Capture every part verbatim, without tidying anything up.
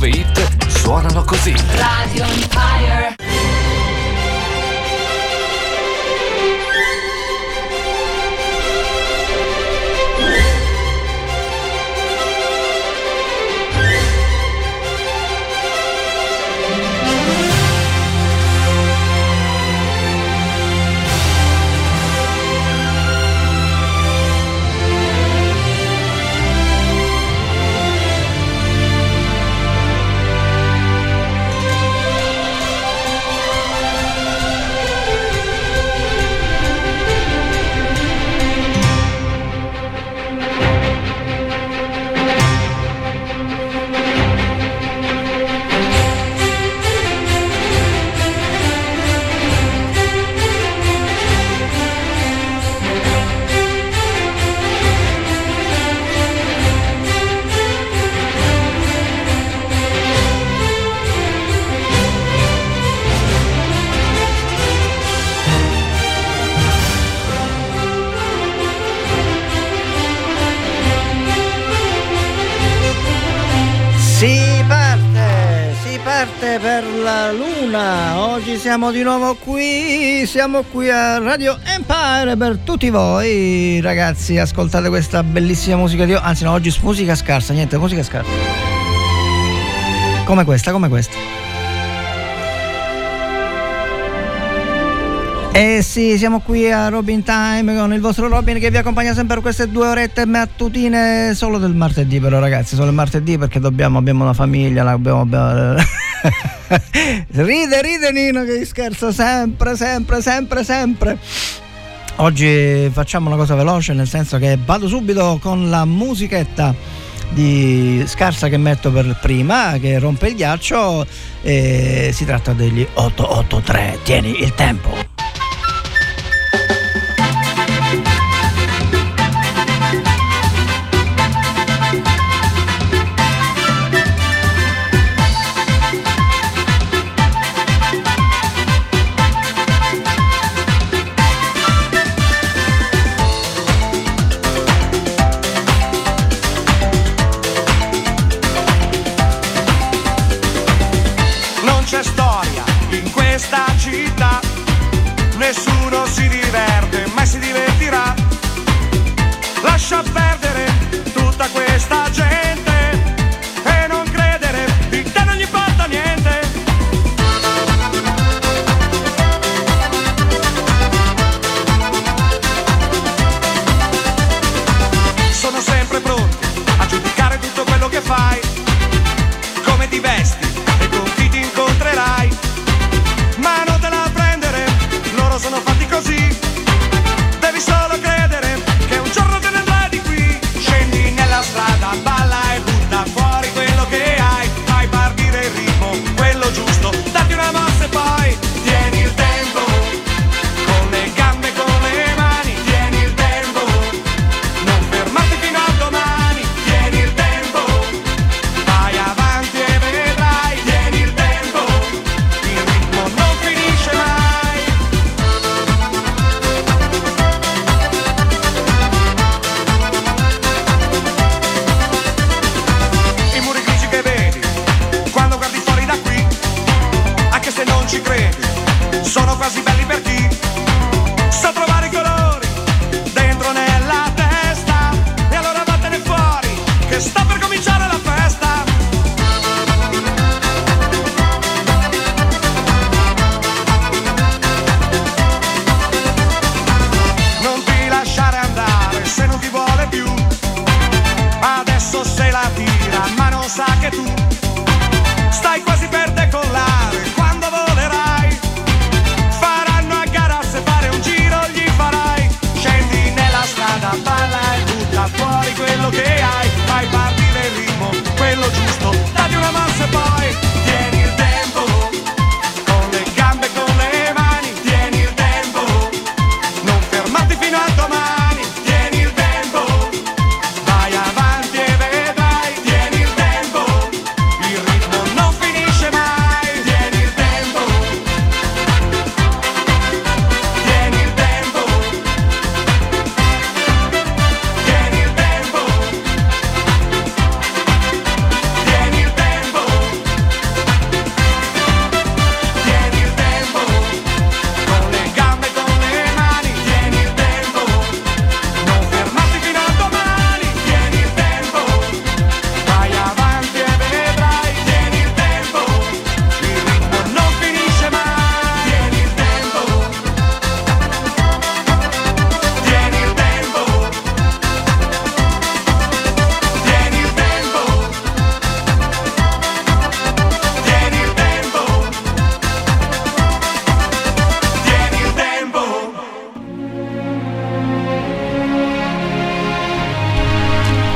nuove hit suonano così. Radio Empire. Per la luna, oggi siamo di nuovo qui, siamo qui a Radio Empire per tutti voi ragazzi, ascoltate questa bellissima musica di anzi no, oggi musica scarsa, niente, musica scarsa come questa, come questa. Eh sì, siamo qui a Robin Time con il vostro Robin che vi accompagna sempre per queste due orette mattutine, solo del martedì però ragazzi, solo il martedì perché dobbiamo, abbiamo una famiglia, abbiamo, abbiamo... ride, ride Nino che scherzo sempre, sempre, sempre, sempre. Oggi facciamo una cosa veloce, nel senso che vado subito con la musichetta di scarsa che metto per prima, che rompe il ghiaccio, e si tratta degli otto otto tre, tieni il tempo. Nessuno si diverte, mai si divertirà. Lascia perdere tutta questa gente e non credere, di te non gli importa niente. Sono sempre pronti a giudicare tutto quello che fai, come ti vesti e con chi ti incontrerai. Ma non te la prendere, loro sono fatti così. Devi solo credere che un giorno te ne andrai di qui. Scendi nella strada, balla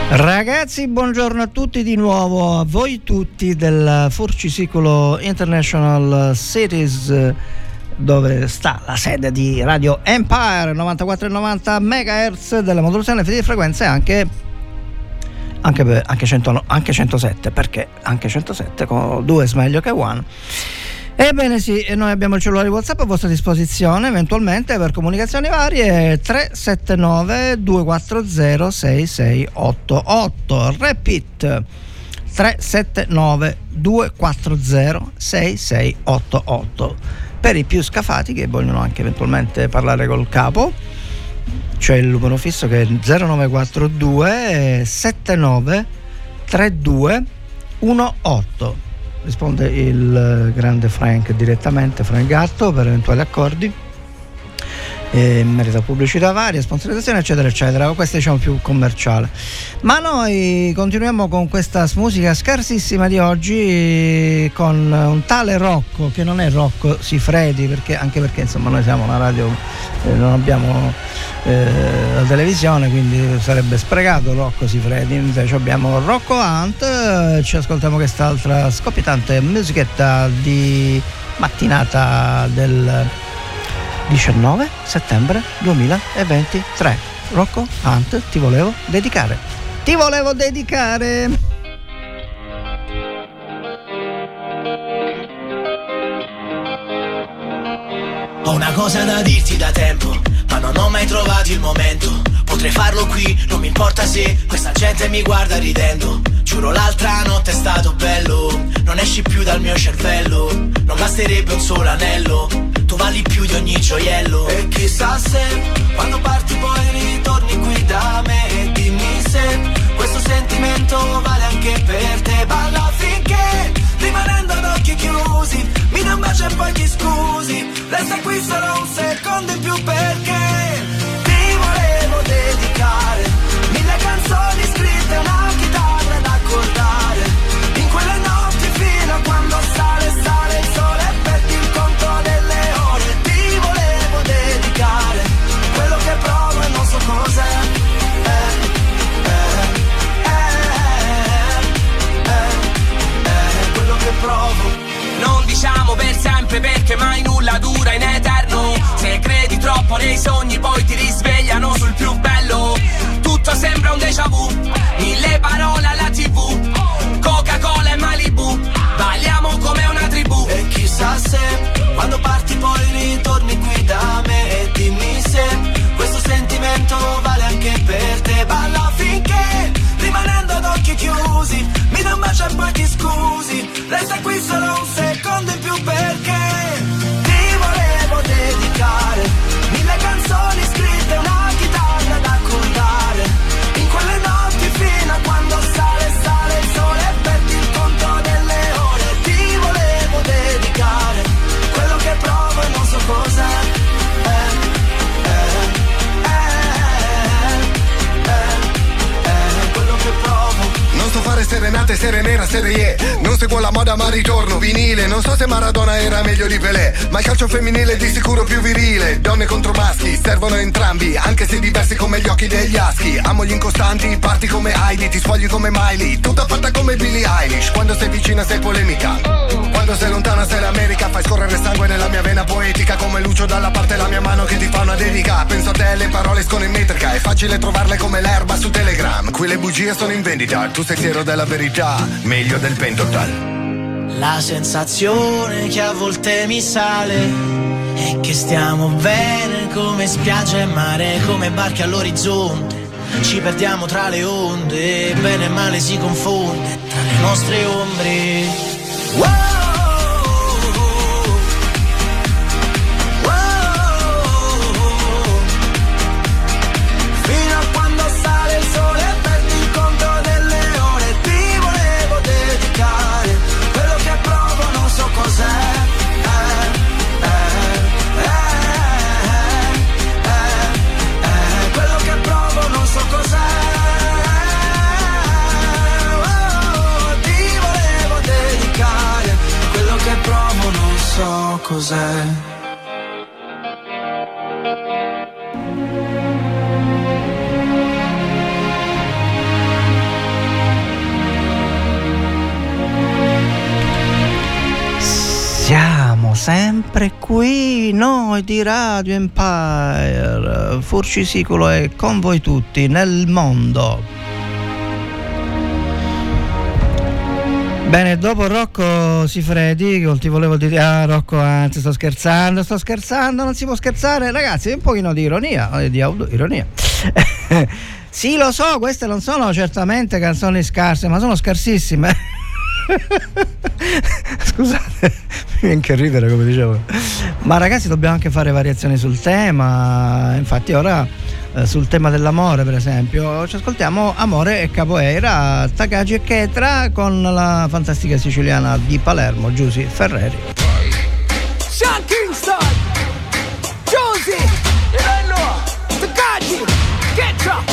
Ragazzi, buongiorno a tutti di nuovo, a voi tutti del Furcisicolo International Cities, dove sta la sede di Radio Empire, novantaquattro e novanta megahertz della modulazione di frequenze, anche anche, per, anche, cento, anche centosette, perché anche centosette con due è meglio che one. Ebbene sì, noi abbiamo il cellulare WhatsApp a vostra disposizione eventualmente per comunicazioni varie. Tre sette nove due quattro zero sei sei otto otto. Repeat: tre sette nove due quattro zero sei sei otto otto. Per i più scafati che vogliono anche eventualmente parlare col capo, c'è il numero fisso che è zero nove quattro due sette nove tre due uno otto. Risponde il grande Frank direttamente, Frank Gatto, per eventuali accordi eh, in merito a pubblicità varie, sponsorizzazione eccetera eccetera. Questa diciamo più commerciale, ma noi continuiamo con questa musica scarsissima di oggi con un tale Rocco, che non è Rocco Siffredi, perché anche perché insomma noi siamo una radio, eh, non abbiamo eh, la televisione, quindi sarebbe sprecato Rocco Siffredi. Invece abbiamo Rocco Hunt. eh, ci ascoltiamo quest'altra scoppiettante musichetta di mattinata del diciannove settembre duemilaventitré. Rocco Hunt, ti volevo dedicare. Ti volevo dedicare. Ho una cosa da dirti da tempo, ma non ho mai trovato il momento. Potrei farlo qui, non mi importa se questa gente mi guarda ridendo. Giuro l'altra notte è stato bello, non esci più dal mio cervello. Non basterebbe un solo anello, tu vali più di ogni gioiello. E chissà se quando parti poi ritorni qui da me. E dimmi se questo sentimento vale anche per te. Balla finché rimanendo ad occhi chiusi, mi dai un bacio e poi ti scusi. Resta qui solo un secondo in più perché ti volevo dedicare mille canzoni scritte, una chitarra da accordare. In quelle notti fino a quando sale, sale il sole e perdi il conto delle ore. Ti volevo dedicare quello che provo e non so cos'è. Eh, eh, eh, eh, eh, quello che provo. Non diciamo per sempre perché mai nulla dura in eterno. Se credi troppo nei sogni poi ti risvegliano sul più bello. Tutto sembra un déjà vu, mille parole alla tivù, Coca-Cola e Malibu, balliamo come una tribù. E chissà se quando parti poi ritorni qui da me. E dimmi se questo sentimento vale anche per te. Balla finché rimanendo ad occhi chiusi, mi dai un bacio e poi ti scusi. Resta qui solo un secondo in più perché ti volevo dedicare mille canzoni scritte, una chitarra da accordare. In quelle notti fino a quando sale, sale il sole e perdi il conto delle ore. Ti volevo dedicare quello che provo e non so cos'è. Eh, eh, eh, eh, eh, quello che provo. Non so fare serenate, serie nera, serie E. Non seguo la moda ma ritorno vinile. Non so se Maradona era meglio di Pelé, ma il calcio femminile è di sicuro più virile. Donne contro maschi, servono entrambi, anche se diversi come gli occhi degli aschi. Amo gli incostanti, parti come Heidi, ti sfogli come Miley. Tutta fatta come Billie Eilish. Quando sei vicina sei polemica, quando sei lontana sei l'America. Fai scorrere sangue nella mia vena poetica, come Lucio dalla parte la mia mano che ti fa una dedica. Penso a te, le parole escono in metrica, è facile trovarle come l'erba su Telegram. Qui le bugie sono in vendita, tu sei fiero della verità, meglio del Pentotal. La sensazione che a volte mi sale è che stiamo bene come spiaggia e mare, come barche all'orizzonte. Ci perdiamo tra le onde, bene e male si confonde tra le nostre ombre. Wow! So cos'è. sempre qui noi di Radio Empire, Furci Siculo è con voi tutti nel mondo. Bene, dopo Rocco Siffredi, che ti volevo dire, ah Rocco, anzi sto scherzando, sto scherzando, non si può scherzare, ragazzi, un pochino di ironia, di ironia. Sì, lo so, queste non sono certamente canzoni scarse, ma sono scarsissime. Scusate, mi viene anche a ridere, come dicevo. Ma ragazzi, dobbiamo anche fare variazioni sul tema. Infatti ora eh, sul tema dell'amore, per esempio, ci ascoltiamo Amore e Capoeira, Takagi e Chetra con la fantastica siciliana di Palermo, Giusy Ferreri. Sean Kingston, Giusy, Livello, Takagi, Chetra.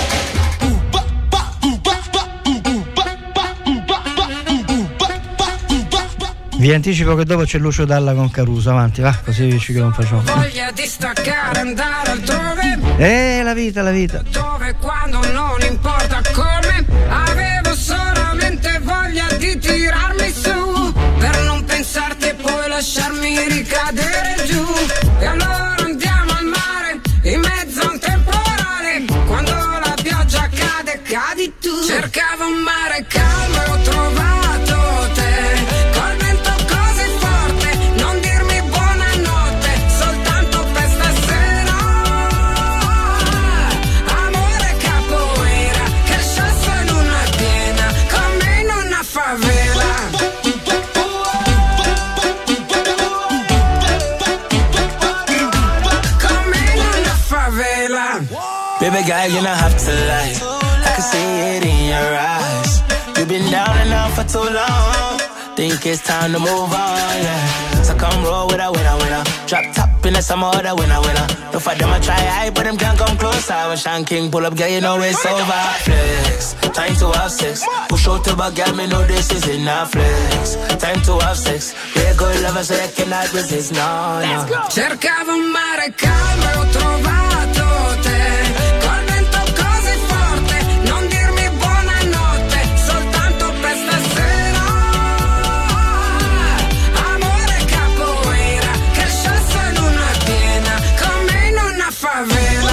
Vi anticipo che dopo c'è Lucio Dalla con Caruso, avanti, va, così dici che non facciamo. Voglia di staccare, andare altrove. Eh, la vita, la vita. Dove, quando, non importa come. Avevo solamente voglia di tirarmi su, per non pensarti e poi lasciarmi ricadere giù. E allora andiamo al mare, in mezzo a un temporale. Quando la pioggia cade, cadi tu. Cercavo un mare calmo e ho trovato te. Baby girl, you don't have to lie. I can see it in your eyes. You've been down and out for too long. Think it's time to move on, yeah. So come roll with a winner, winner. Drop top in the summer, the winner, winner. No for them I try high, but them can't come closer. When Sean King pull up, girl, you know it's over. Flex, time to have sex. Push out to back, girl, me know this is enough. Flex, time to have sex. We're good lovers, so you cannot resist, no, no. Cercavo un mare calmo e ho trovato te. Col vento così forte, non dirmi buonanotte, soltanto per stasera. Amore capoeira, che scesso in una piena, come in una favela.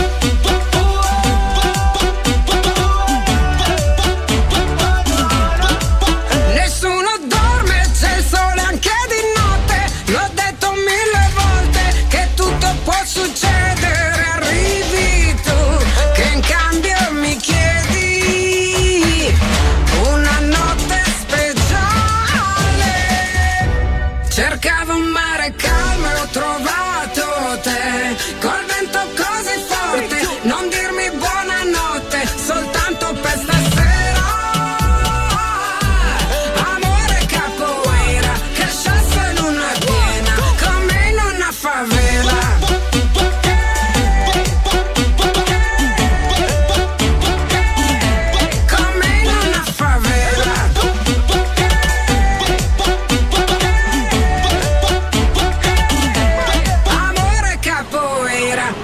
Nessuno dorme, c'è il sole anche di notte. L'ho detto mille volte che tutto può succedere. Arrivi tu, che in cambio mi chiedi una notte speciale. Cercavo un mare calmo e ho trovato te. Col vento così forte, non dirmi buonanotte, soltanto per stasera. Amore capoeira, che scesso in una piena, come in una favela. Come in una favela. Amore capoeira.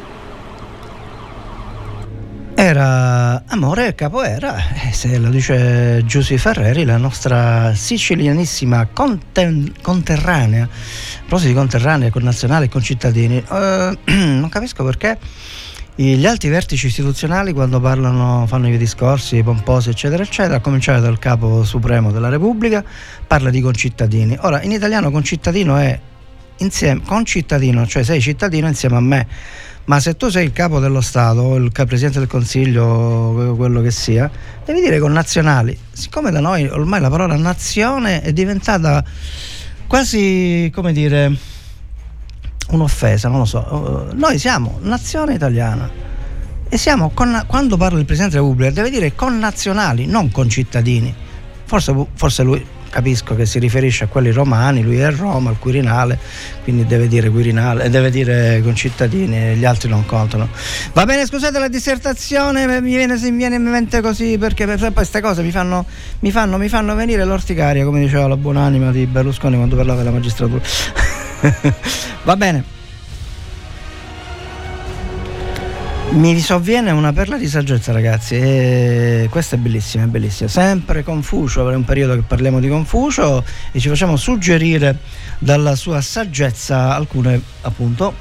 Era Amore e Capoeira, eh, se lo dice Giusy Ferreri, la nostra sicilianissima conten- conterranea. A proposito di conterranea, connazionali e concittadini, eh, non capisco perché gli alti vertici istituzionali, quando parlano, fanno i discorsi pomposi eccetera eccetera, a cominciare dal capo supremo della Repubblica, parla di concittadini. Ora, in italiano concittadino è insieme, concittadino, cioè sei cittadino insieme a me. Ma se tu sei il capo dello Stato o il Presidente del Consiglio, quello che sia, devi dire connazionali. Siccome da noi ormai la parola nazione è diventata quasi, come dire, un'offesa, non lo so. Noi siamo nazione italiana e siamo con, quando parla il Presidente della Repubblica deve dire connazionali, non concittadini. Forse, forse lui, capisco che si riferisce a quelli romani, lui è Roma, il Quirinale, quindi deve dire Quirinale, deve dire concittadini, gli altri non contano. Va bene, scusate la dissertazione, mi viene, mi viene in mente così, perché per queste cose mi fanno, mi fanno, mi fanno venire l'orticaria, come diceva la buonanima di Berlusconi quando parlava della magistratura. Va bene. Mi sovviene una perla di saggezza, ragazzi, e questa è bellissima, è bellissima. Sempre Confucio, è un periodo che parliamo di Confucio e ci facciamo suggerire dalla sua saggezza alcune, appunto,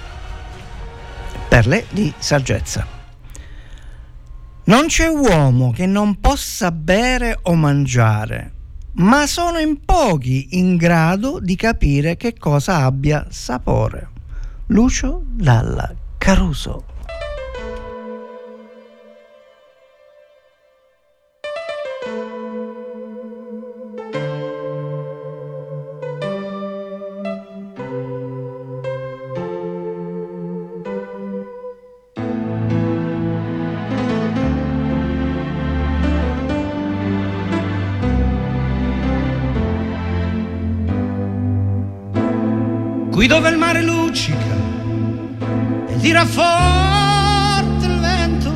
perle di saggezza. Non c'è uomo che non possa bere o mangiare, ma sono in pochi in grado di capire che cosa abbia sapore. Lucio Dalla Caruso. Qui dove il mare luccica e tira forte il vento,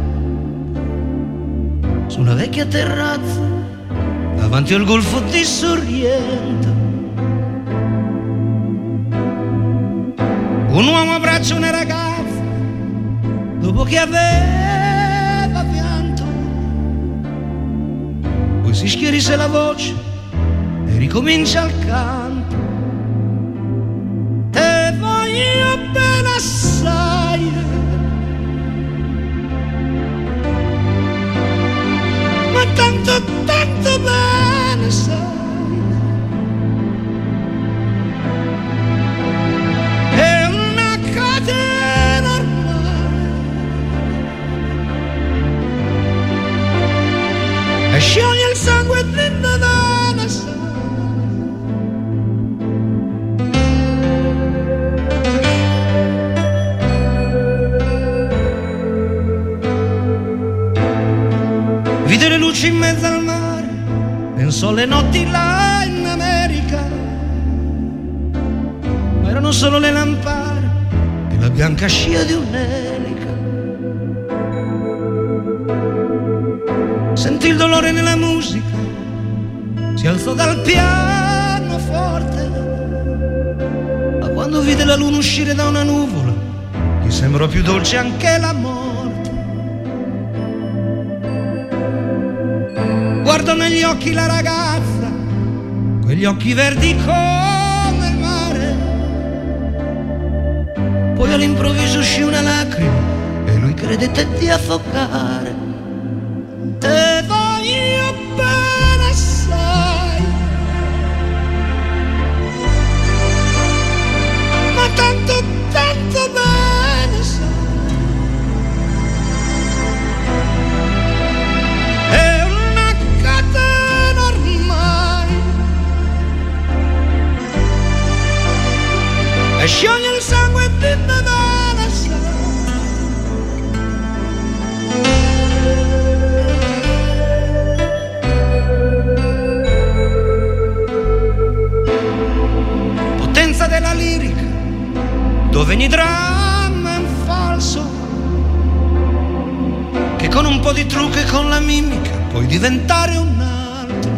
su una vecchia terrazza davanti al golfo di Sorrento, un uomo abbraccia una ragazza dopo che aveva pianto, poi si schierisse la voce e ricomincia il canto. Te voglio bene assai, ma tanto, tanto bene sai, è una catena ormai, e scioglie il sangue dentro da ne sai. Vide le luci in mezzo al mare, pensò alle notti là in America, ma erano solo le lampade e la bianca scia di un'elica. Sentì il dolore nella musica, si alzò dal pianoforte, ma quando vide la luna uscire da una nuvola, gli sembrò più dolce anche la morte. Guardò negli occhi la ragazza, quegli occhi verdi come il mare, poi all'improvviso uscì una lacrima e lui credette di affogare. Te voglio bene assai, ma tanto, tanto bene sai, è una catena ormai, e scioglie il sangue di bevere sai. Potenza della lirica, dove ogni dramma è un falso, che con un po' di trucco e con la mimica puoi diventare un altro.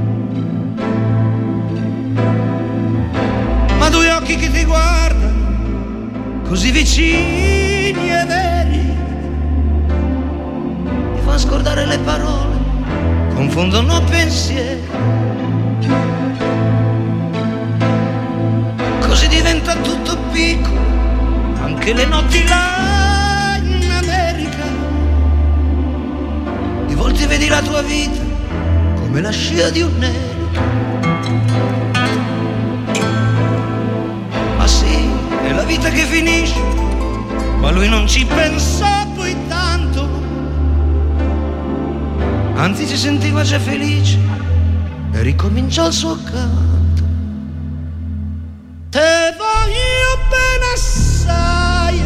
Ma due occhi che ti guardano, così vicini e veri, ti fa scordare le parole, confondono pensieri. Così diventa tutto piccolo, anche le notti là in America. Di volte vedi la tua vita come la scia di un'elica. Ma sì, è la vita che finisce, ma lui non ci pensò poi tanto, anzi si sentiva già felice e ricominciò il suo canto. Te voglio bene assai,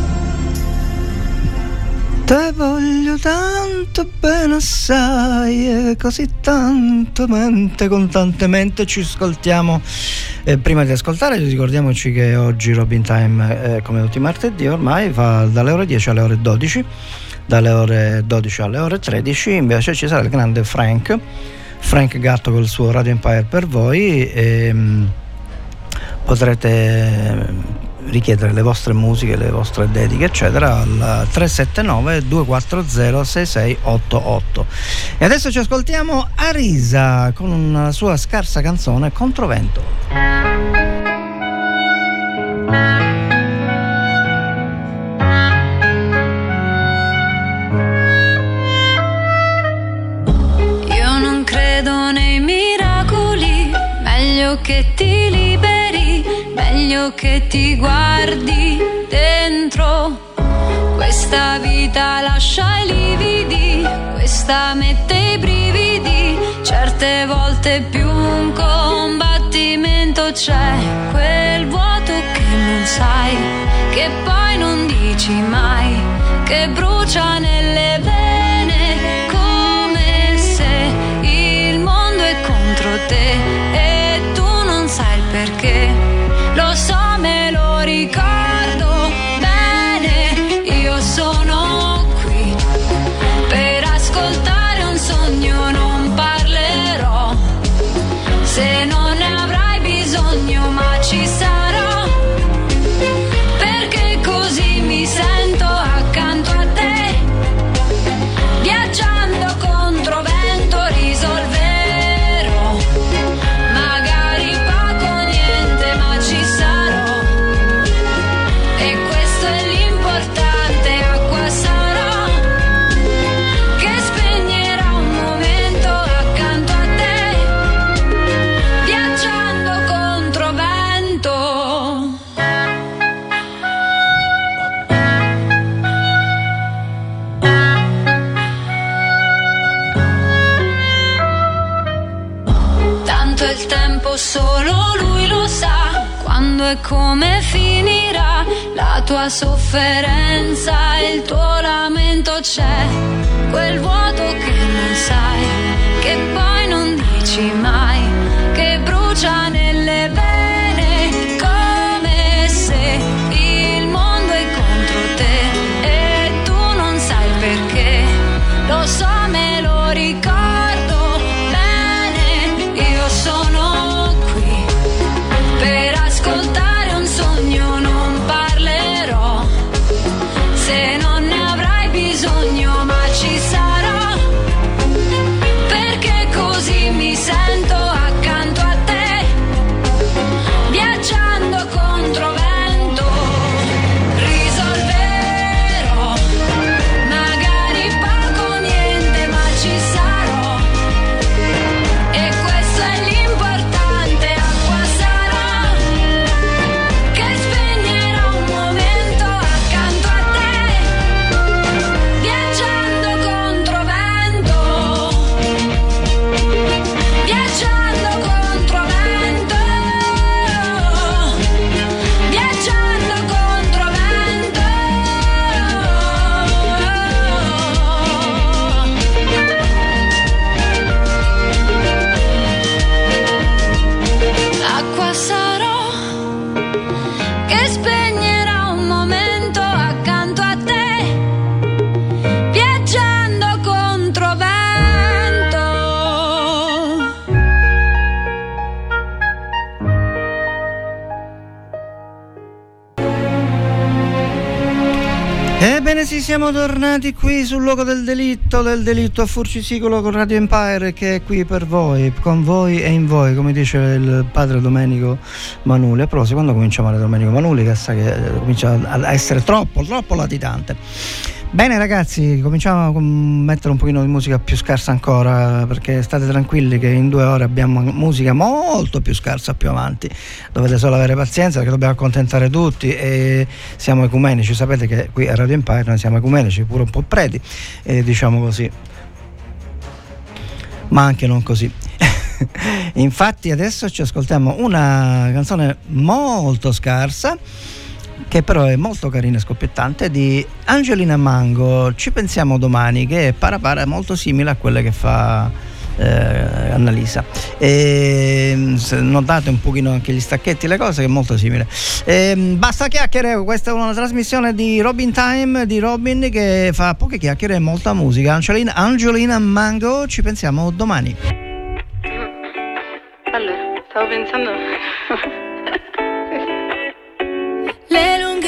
Te voglio tanto bene assai, e così tanto mente con tante mente ci ascoltiamo. Eh, prima di ascoltare ricordiamoci che oggi Robin Time, eh, come tutti i martedì ormai, va dalle ore dieci alle ore dodici, dalle ore dodici alle ore tredici. Invece ci sarà il grande Frank Frank Gatto col suo Radio Empire per voi, e, potrete richiedere le vostre musiche, le vostre dediche eccetera al tre sette nove due quattro zero sei sei otto otto. E adesso ci ascoltiamo Arisa con una sua scarsa canzone Controvento. Io non credo nei miracoli, meglio che ti liberi, meglio che ti guardi dentro. Questa vita lascia i lividi, questa mette i brividi, certe volte più un combattimento c'è, quel vuoto che non sai, che poi non dici mai, che brucia nelle vene, come se il mondo è contro te e tu non sai il perché. Lo so, me lo ricordo bene, io sono qui per ascoltare un sogno, non parlerò se non ne avrai bisogno, ma ci sarò, perché così mi sento accanto a te, viaggiando contro vento risolverò, magari poco niente ma ci sarò, e questo è l'importante, acqua sarò, che spegnerà un momento accanto a te, viaggiando contro vento. Tanto il tempo solo lui lo sa, quando e come finirà la tua sofferenza, il tuo lamento, c'è quel vuoto che non sai, che poi non dici mai, che brucia nelle vene, come se il mondo è contro te e tu non sai il perché. Lo so, me lo ricordo bene, io sono qui per ascoltare un sogno, non parlerò se non ne avrai bisogno, ma ci sarò, perché così mi sento accanto a te, viaggiando contro vento risolverò, magari poco niente ma ci sarò, e questo è l'importante, acqua sarò, che spegnerà un momento accanto a te, viaggiando contro vento, viaggiando contro vento, viaggiando contro vento. Acqua sarò, che spegnerà un momento accanto a te, viaggiando contro vento. Ebbene sì, siamo tornati qui sul luogo del delitto, del delitto a Furcisicolo con Radio Empire, che è qui per voi, con voi e in voi, come dice il padre Domenico Manuli. A proposito, quando cominciamo a Domenico Manuli, che sa che comincia a essere troppo, troppo latitante. Bene ragazzi, cominciamo a mettere un pochino di musica più scarsa ancora, perché state tranquilli che in due ore abbiamo musica molto più scarsa più avanti. Dovete solo avere pazienza, perché dobbiamo accontentare tutti e siamo ecumenici. Sapete che qui a Radio Empire noi siamo ecumenici, pure un po' preti, eh, diciamo così, ma anche non così. Infatti adesso ci ascoltiamo una canzone molto scarsa, che però è molto carina e scoppiettante, di Angelina Mango, Ci pensiamo domani, che è para para molto simile a quelle che fa eh, Annalisa, e notate un pochino anche gli stacchetti, le cose, che è molto simile. E, basta chiacchiere, questa è una trasmissione di Robin Time, di Robin, che fa poche chiacchiere e molta musica. Angelina, Angelina Mango, Ci pensiamo domani. Allora, stavo pensando... Le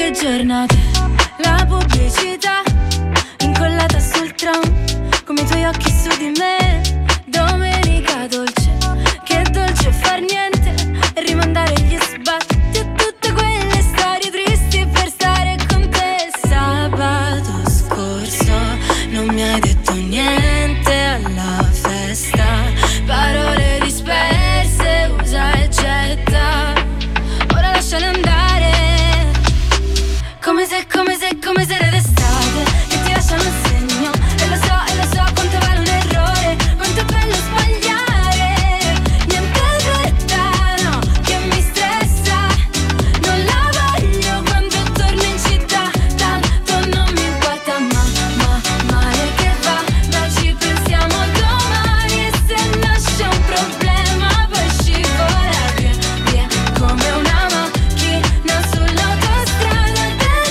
le giornate, la pubblicità incollata sul tram, come i tuoi occhi su di me. Domenica dolce, che dolce far niente e rimandare gli sbatti a tutte quelle storie tristi per stare con te. Sabato scorso non mi hai detto niente alla festa, parole disperse, usa e getta. Ora lasciale andare, come se, come se, come se era d'estate, che ti lasciano un segno. E lo so, e lo so quanto vale un errore, quanto è bello sbagliare. Niente fretta, no, che mi stressa. Non la voglio quando torno in città, tanto non mi importa, ma, ma, male che va, ma ci pensiamo domani. E se nasce un problema poi scivola via, via, come una macchina sull'autostrada del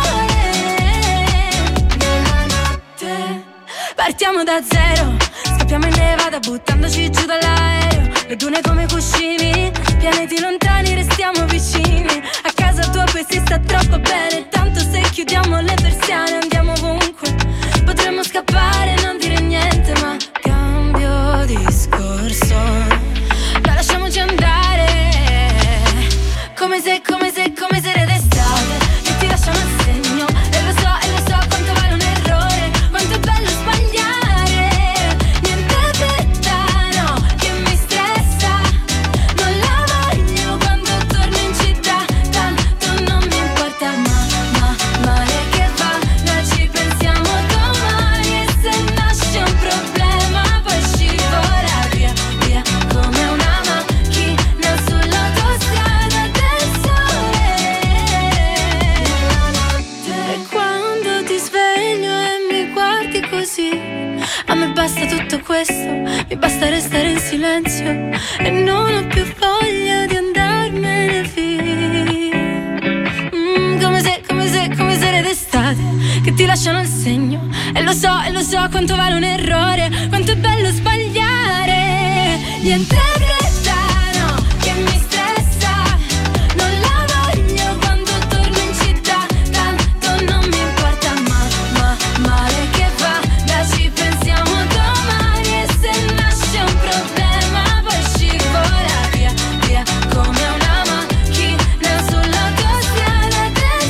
sole della notte. Partiamo da zero, scappiamo in Nevada buttandoci giù dall'aereo. Le dune come cuscini, pianeti lontani restiamo vicini. A casa tua poi si sta troppo bene, tanto se chiudiamo le persiane andiamo ovunque. Potremmo scappare e non dire niente, ma cambio discorso, ma lasciamoci andare, come se, come se, come se era d'estate, che ti lasciano il segno. E lo so, e lo so quanto vale un errore, quanto è bello sbagliare. Niente fretta, no, che mi stressa. Non la voglio quando torno in città, tanto non mi importa, ma, ma, male che va, noi ci pensiamo domani. E se nasce un problema poi scivola via, via, come una macchina sull'autostrada del sole della notte. E quando ti sveglio e mi guardi così, a me basta tutto questo, mi basta restare in silenzio e non ho più voglia di andarmene via. Mm, come se, come se, come se era d'estate, che ti lasciano il segno. E lo so, e lo so quanto vale un errore, quanto è bello sbagliare. Niente fretta, no, che mi stressa. Non la voglio quando torno in città, tanto non mi importa, ma, ma, male che va, da ci pensiamo domani. E se nasce un problema poi scivola via, via, come una macchina sull'autostrada del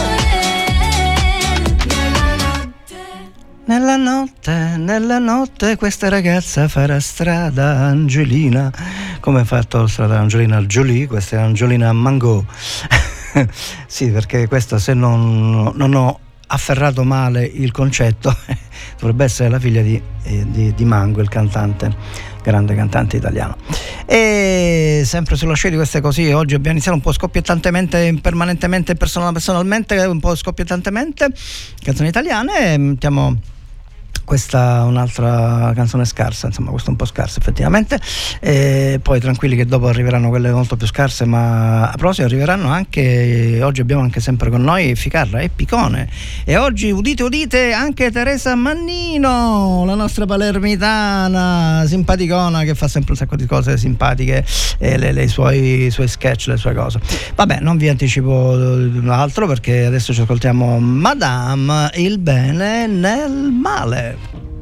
sole nella notte. Nella notte, nella notte questa ragazza farà strada, Angelina. Come ha fatto strada Angelina Jolie, questa è Angelina Mango. Sì, perché questa, se non, non ho afferrato male il concetto, dovrebbe essere la figlia di, eh, di, di Mango, il cantante, grande cantante italiano. E sempre sulla scia di queste così, oggi abbiamo iniziato un po' scoppiettantemente, permanentemente, personal, personalmente, un po' scoppiettantemente canzoni italiane. Mettiamo questa, un'altra canzone scarsa, insomma questa un po' scarsa effettivamente, e poi tranquilli che dopo arriveranno quelle molto più scarse, ma a proposito arriveranno anche, oggi abbiamo anche sempre con noi Ficarra e Picone, e oggi udite udite anche Teresa Mannino, la nostra palermitana simpaticona che fa sempre un sacco di cose simpatiche, e le, le suoi, i suoi sketch, le sue cose. Vabbè, non vi anticipo altro perché adesso ci ascoltiamo Madame, il bene nel male.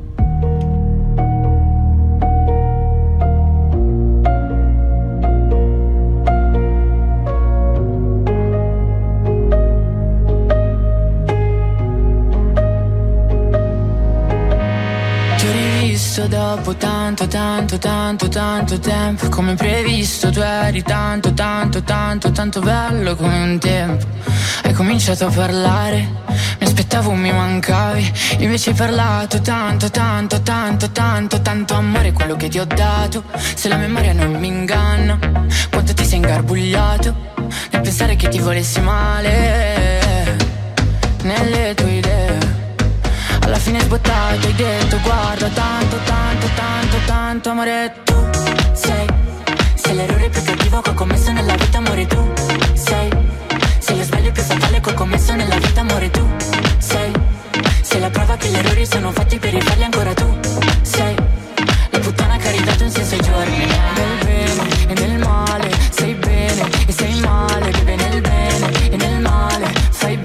Dopo tanto, tanto, tanto, tanto tempo, come previsto tu eri tanto, tanto, tanto, tanto bello come un tempo. Hai cominciato a parlare, mi aspettavo mi mancavi, invece hai parlato tanto, tanto, tanto, tanto, tanto amore quello che ti ho dato. Se la memoria non mi inganna, quanto ti sei ingarbugliato nel pensare che ti volessi male nelle tue idee. Alla fine sbottato hai detto guarda tanto, tanto, tanto, tanto amore tu sei, sei l'errore più cattivo che ho commesso nella vita amore tu sei, sei lo sbaglio più fatale che ho commesso nella vita amore tu sei, sei la prova che gli errori sono fatti per rifarli ancora tu sei, la puttana che ha ridato un senso ai giorni. Nel bene e nel male sei bene e sei male, bebe nel bene e nel male fai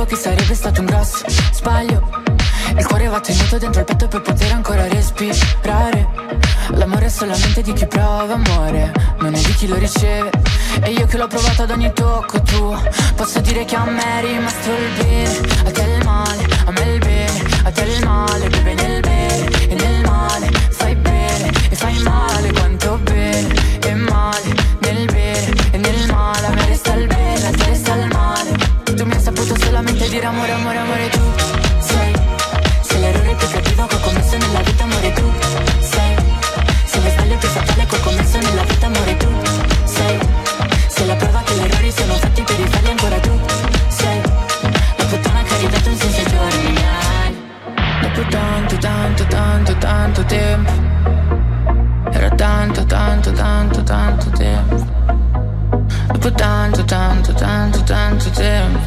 che sarebbe stato un grosso sbaglio. Il cuore va tenuto dentro il petto per poter ancora respirare. L'amore è solamente di chi prova amore, non è di chi lo riceve. E io che l'ho provato ad ogni tocco tuo, posso dire che a me è rimasto il bene. A te il male, a me il bene. A te il male, beve nel bene e nel male. Fai bene e fai male, quanto bene e male. Nel bene e nel male, a me resta il bene, a te resta il male. Tu mi hai saputo solamente dire amore, amore, amore. Tu sei, sei l'errore più cattivo che ho commesso nella vita, amore. Tu sei, sei lo sbaglio più fatale che ho commesso nella vita, amore. Tu sei, sei la prova che gli errori sono fatti per rifarli ancora. Tu sei la puttana che ha ridato un senso ai giorni miei. Dopo tanto, tanto, tanto, tanto tempo, era tanto, tanto, tanto, tanto tempo. Dopo tanto, tanto, tanto, tanto tempo,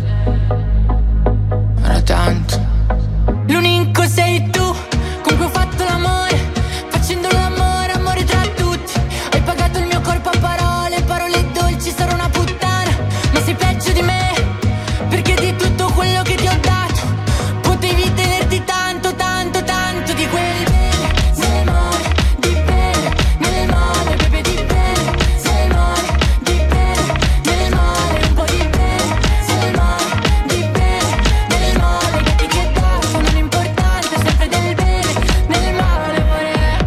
era tanto. L'unico sei tu con cui ho fatto l'amore, facendo l'amore, amore tra tutti. Hai pagato il mio corpo a parole, parole dolci, sarò una puttana, ma sei peggio di me, perché di tutto quello che ti ho dato potevi tenerti tanto, tanto, tanto di quel bene, nel male, di bene, nel male, bebe di bene, nel male, di bene, nel male, un po' di bene, nel male, di bene, nel male, che ti che dato, non importante, sempre del bene, nel male, amore.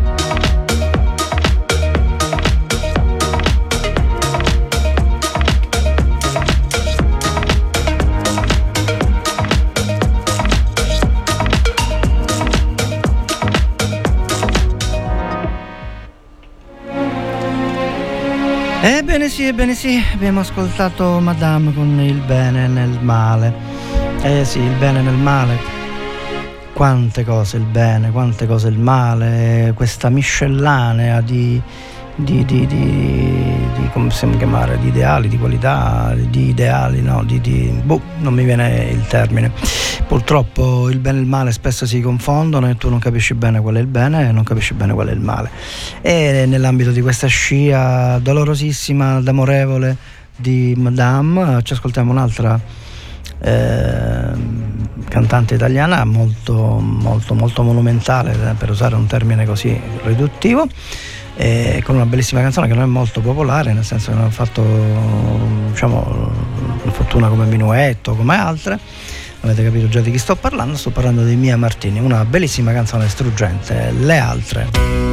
Ebbene sì, ebbene sì, abbiamo ascoltato Madame con il bene nel male. Eh sì, il bene nel male. Quante cose il bene, quante cose il male, questa miscellanea di, di, di, di, di come possiamo chiamare, di ideali, di qualità, di ideali, no, di, di boh, non mi viene il termine. Purtroppo il bene e il male spesso si confondono e tu non capisci bene qual è il bene e non capisci bene qual è il male. E nell'ambito di questa scia dolorosissima ed amorevole di Madame ci ascoltiamo un'altra eh, cantante italiana molto molto molto monumentale, per usare un termine così riduttivo, eh, con una bellissima canzone che non è molto popolare, nel senso che non ha fatto, diciamo, fortuna come Minuetto, come altre. Avete capito già di chi sto parlando, sto parlando di Mia Martini, una bellissima canzone struggente, Le altre.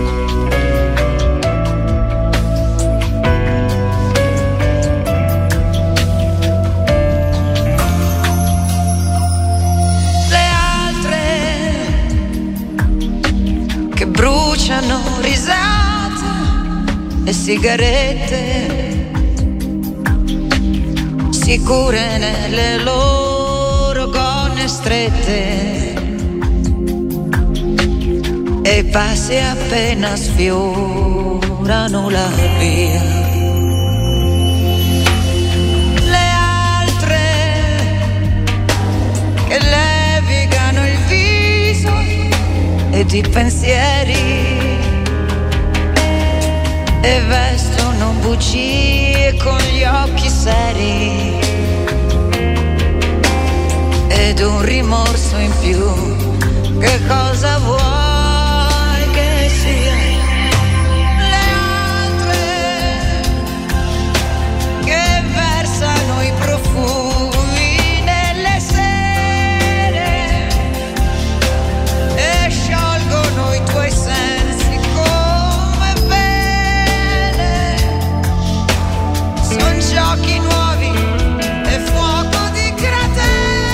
Le altre che bruciano risate e sigarette, sicure nelle loro gonne strette, e passi appena sfiorano la via. Le altre che levigano il viso ed i pensieri e vestono bugie con gli occhi seri ed un rimorso in più. Che cosa vuoi che sia? Le altre che versano i profumi nelle sere e sciolgono i tuoi sensi come vele. Son giochi nuovi e fuoco di crateri.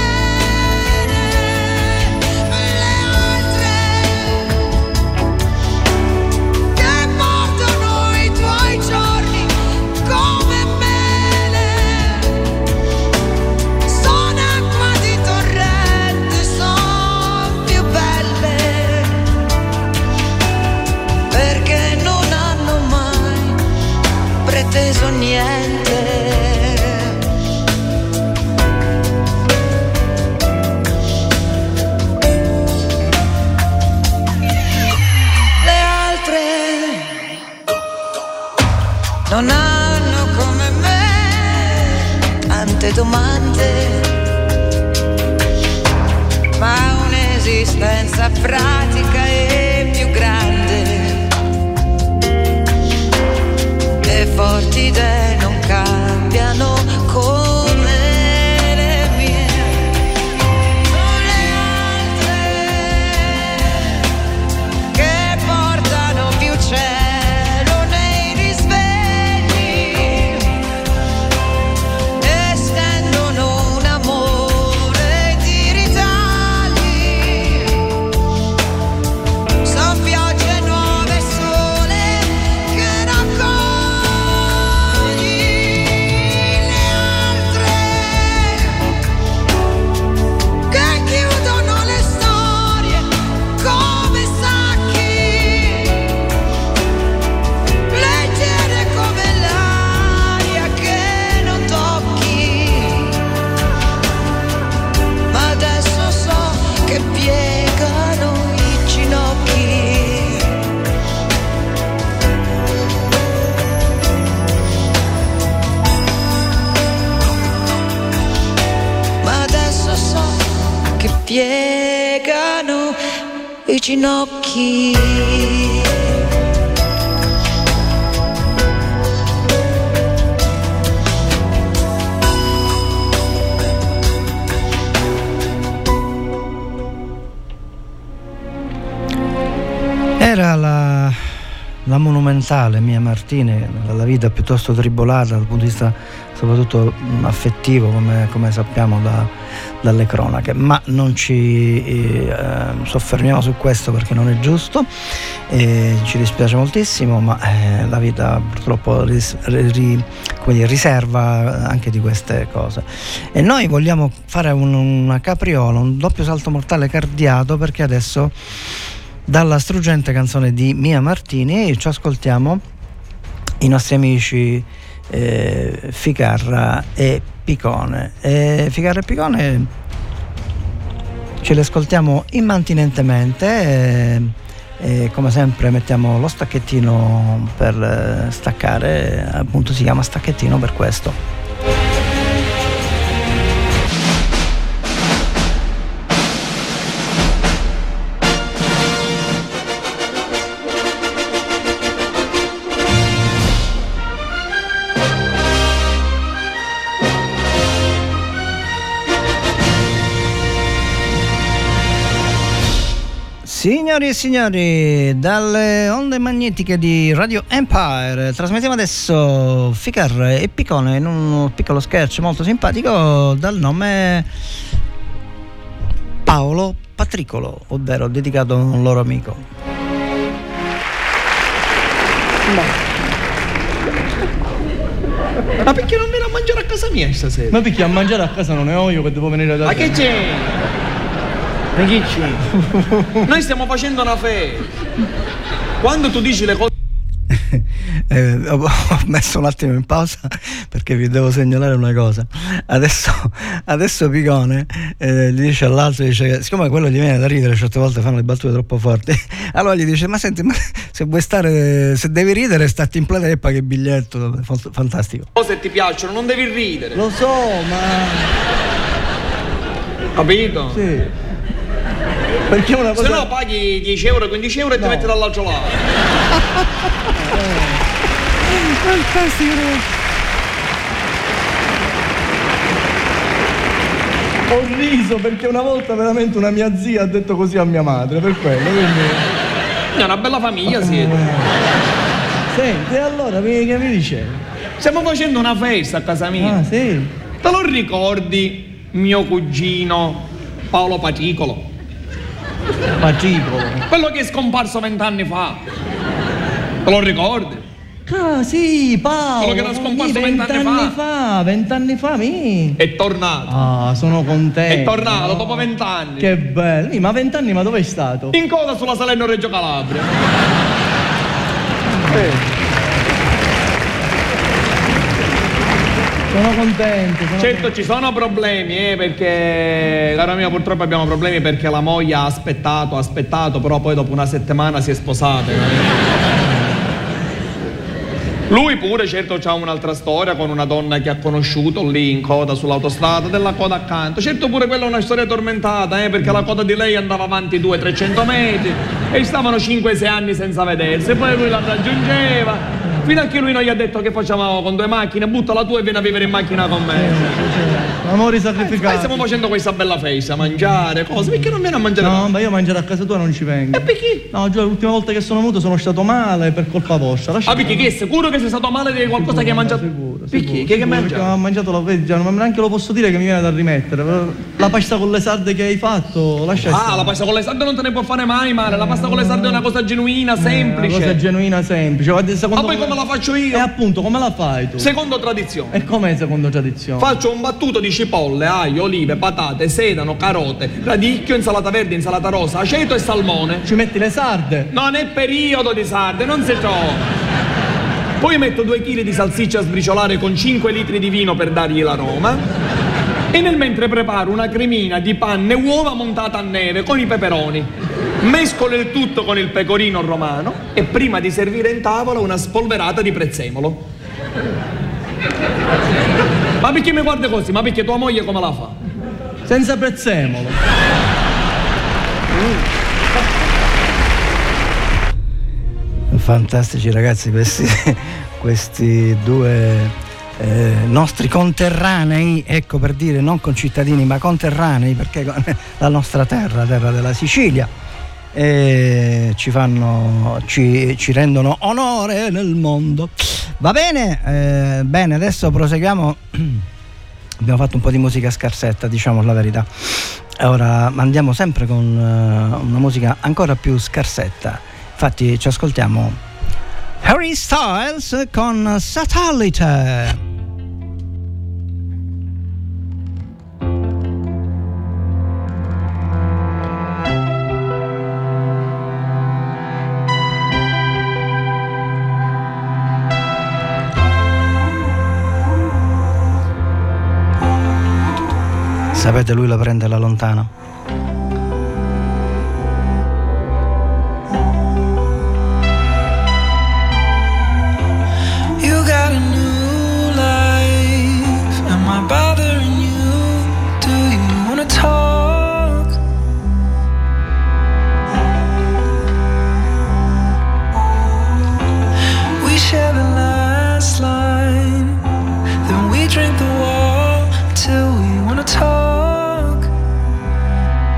Preteso niente. Le altre non hanno come me tante domande l'esistenza pratica e più grande. Le forti idee non cambiano come le mie. Sono le altre che portano più cielo nei risvegli, estendono un amore di ritagli. Son piogge nuove, sole che raccogli. Le altre che chiudono le storie come sacchi, leggere come l'aria che non tocchi. Ma adesso so che piegano i ginocchi. Ma adesso so che piegano i ginocchi. Era la, la monumentale Mia Martini, la vita piuttosto tribolata dal punto di vista soprattutto mh, affettivo, come, come sappiamo da, dalle cronache, ma non ci eh, soffermiamo su questo perché non è giusto, eh, ci dispiace moltissimo, ma eh, la vita purtroppo ris, ri, come dire, riserva anche di queste cose. E noi vogliamo fare un, una capriola, un doppio salto mortale cardiato, perché adesso dalla struggente canzone di Mia Martini ci ascoltiamo i nostri amici eh, Ficarra e Picone. E Ficarra e Picone ce li ascoltiamo immantinentemente e, e come sempre mettiamo lo stacchettino per staccare, appunto si chiama stacchettino per questo. Signori e signori, dalle onde magnetiche di Radio Empire trasmettiamo adesso Ficarra e Picone in un piccolo sketch molto simpatico dal nome Paolo Patricolo, ovvero dedicato a un loro amico. Ma perché non vieni a mangiare a casa mia stasera? Ma perché a mangiare a casa non è io che devo venire da Ma te? che c'è? Ma che c'è? Noi stiamo facendo una festa. Quando tu dici le cose eh, ho messo un attimo in pausa perché vi devo segnalare una cosa. Adesso, adesso Picone eh, gli dice all'altro, dice, siccome quello gli viene da ridere, certe volte fanno le battute troppo forti, allora gli dice: ma senti, ma se vuoi stare, se devi ridere, stati in platea e paghi il biglietto. Fantastico. se ti piacciono non devi ridere. Lo so, ma capito? Sì. Perché una cosa... Se no paghi dieci euro, quindici euro e no. Ti metti dall'altro lato. Fantastico. Ho riso perché una volta veramente una mia zia ha detto così a mia madre, per quello, quindi... È una bella famiglia siete. Senti, e allora che mi dicevi? Stiamo facendo una festa a casa mia. Ah, sì? Te lo ricordi mio cugino Paolo Patricolo? Patricolo? Quello che è scomparso vent'anni fa. Te lo ricordi? Ah, sì, Paolo. Quello che era scomparso vent'anni fa. fa. Vent'anni fa, mi. È tornato. Ah, sono contento. È tornato dopo vent'anni. Che bello. Sì, ma vent'anni, ma dove è stato? In coda sulla Salerno Reggio Calabria. Eh. Sono contento. Sono certo contento. Ci sono problemi, eh, perché, caro mio, purtroppo abbiamo problemi perché la moglie ha aspettato, ha aspettato, però poi dopo una settimana si è sposata. Lui pure certo c'ha un'altra storia con una donna che ha conosciuto lì in coda sull'autostrada, della coda accanto. Certo pure quella è una storia tormentata, eh, perché la coda di lei andava avanti duecento trecento metri e stavano cinque sei anni senza vedersi, e poi lui la raggiungeva. Fino a che lui non gli ha detto che facciamo con due macchine, butta la tua e vieni a vivere in macchina con me. Amori sacrificati. Eh, stiamo facendo questa bella face, a mangiare, cose, perché non viene a mangiare? No, ma io a mangiare a casa tua non ci vengo. E perché? No, già l'ultima volta che sono venuto sono stato male per colpa vostra. Lascia ah, perché che è sicuro che sei stato male di qualcosa sicuro, che hai mangiato? Sicuro, perché? Sicuro, che, che sicuro, mangiato? Ho mangiato la veggia, non neanche lo posso dire che mi viene da rimettere. La pasta con le sarde che hai fatto, lascia Ah, stare. la pasta con le sarde non te ne può fare mai male, la pasta con le sarde è una cosa genuina, semplice. Una cosa genuina, semplice. Ma poi come la faccio io? E appunto, come la fai tu? Secondo tradizione. E com'è secondo tradizione? Faccio un battuto di cipolle, aglio, olive, patate, sedano, carote, radicchio, insalata verde, insalata rosa, aceto e salmone. Ci metti le sarde? Non è periodo di sarde, non si trova. Poi metto due chili di salsiccia a sbriciolare con cinque litri di vino per dargli l'aroma. E nel mentre preparo una cremina di panne e uova montata a neve con i peperoni. Mescolo il tutto con il pecorino romano e prima di servire in tavola una spolverata di prezzemolo. Ma perché mi guardi così? Ma perché tua moglie come la fa? Senza prezzemolo. Fantastici ragazzi questi, questi due eh, nostri conterranei, ecco, per dire non concittadini ma conterranei, perché la nostra terra, terra della Sicilia, e ci fanno, ci, ci rendono onore nel mondo. Va bene, eh, bene, adesso proseguiamo. Abbiamo fatto un po' di musica scarsetta, diciamo la verità. Ora andiamo sempre con uh, una musica ancora più scarsetta. Infatti ci ascoltiamo Harry Styles con Satellite. Sapete, lui la prende alla lontana. You got a new life. Am I bothering you? Do you wanna talk? We share the last line, then we drink the wall till we wanna talk.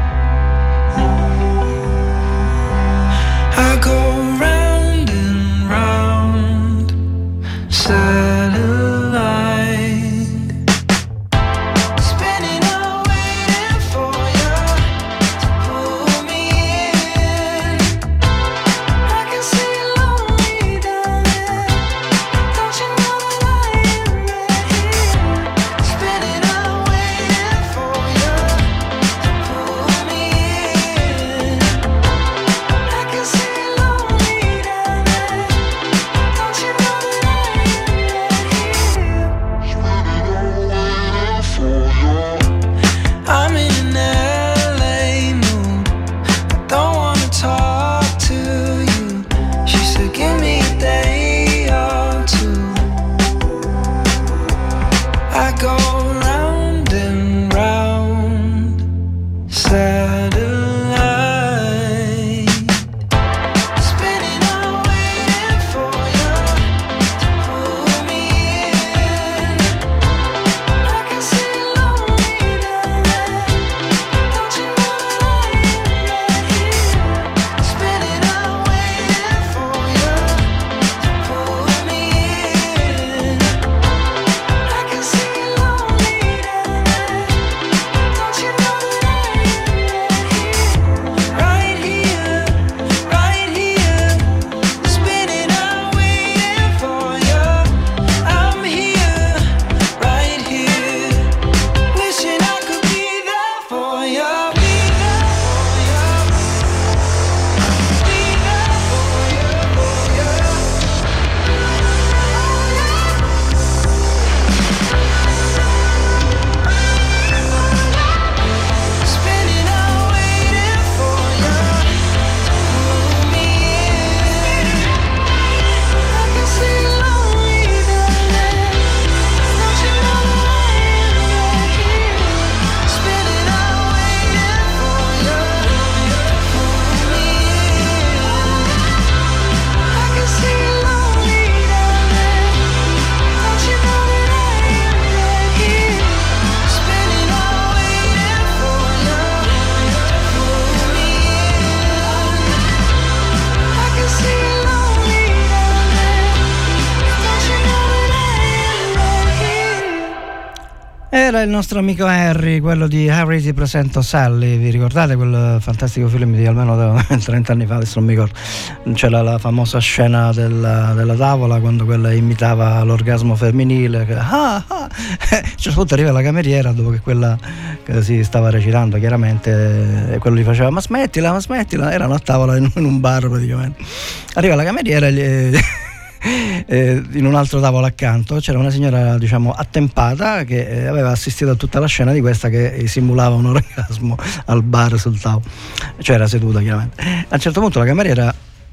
Era il nostro amico Harry, quello di Harry ti presento Sally. Vi ricordate quel fantastico film di almeno trenta anni fa? Adesso non mi ricordo. C'era la famosa scena della, della tavola quando quella imitava l'orgasmo femminile. Che, ah, ah. A un certo punto arriva la cameriera dopo che quella che si stava recitando chiaramente, e quello gli faceva ma smettila, ma smettila. Erano a tavola in, in un bar praticamente. Arriva la cameriera e gli... Eh, in un altro tavolo accanto c'era una signora, diciamo, attempata che eh, aveva assistito a tutta la scena di questa che simulava un orgasmo al bar sul tavolo, cioè era seduta chiaramente. A un certo punto la cameriera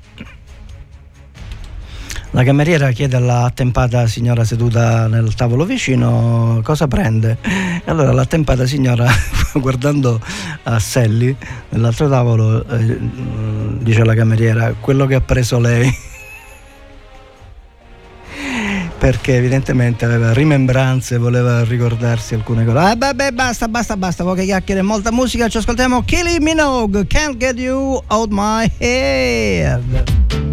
la cameriera chiede alla attempata signora seduta nel tavolo vicino cosa prende, e allora l'attempata signora guardando a Sally nell'altro tavolo eh, dice alla cameriera quello che ha preso lei, perché evidentemente aveva rimembranze, voleva ricordarsi alcune cose. Ah, beh, beh, basta, basta, basta, poche chiacchiere, molta musica, ci ascoltiamo Kylie Minogue, Can't Get You Out My Head.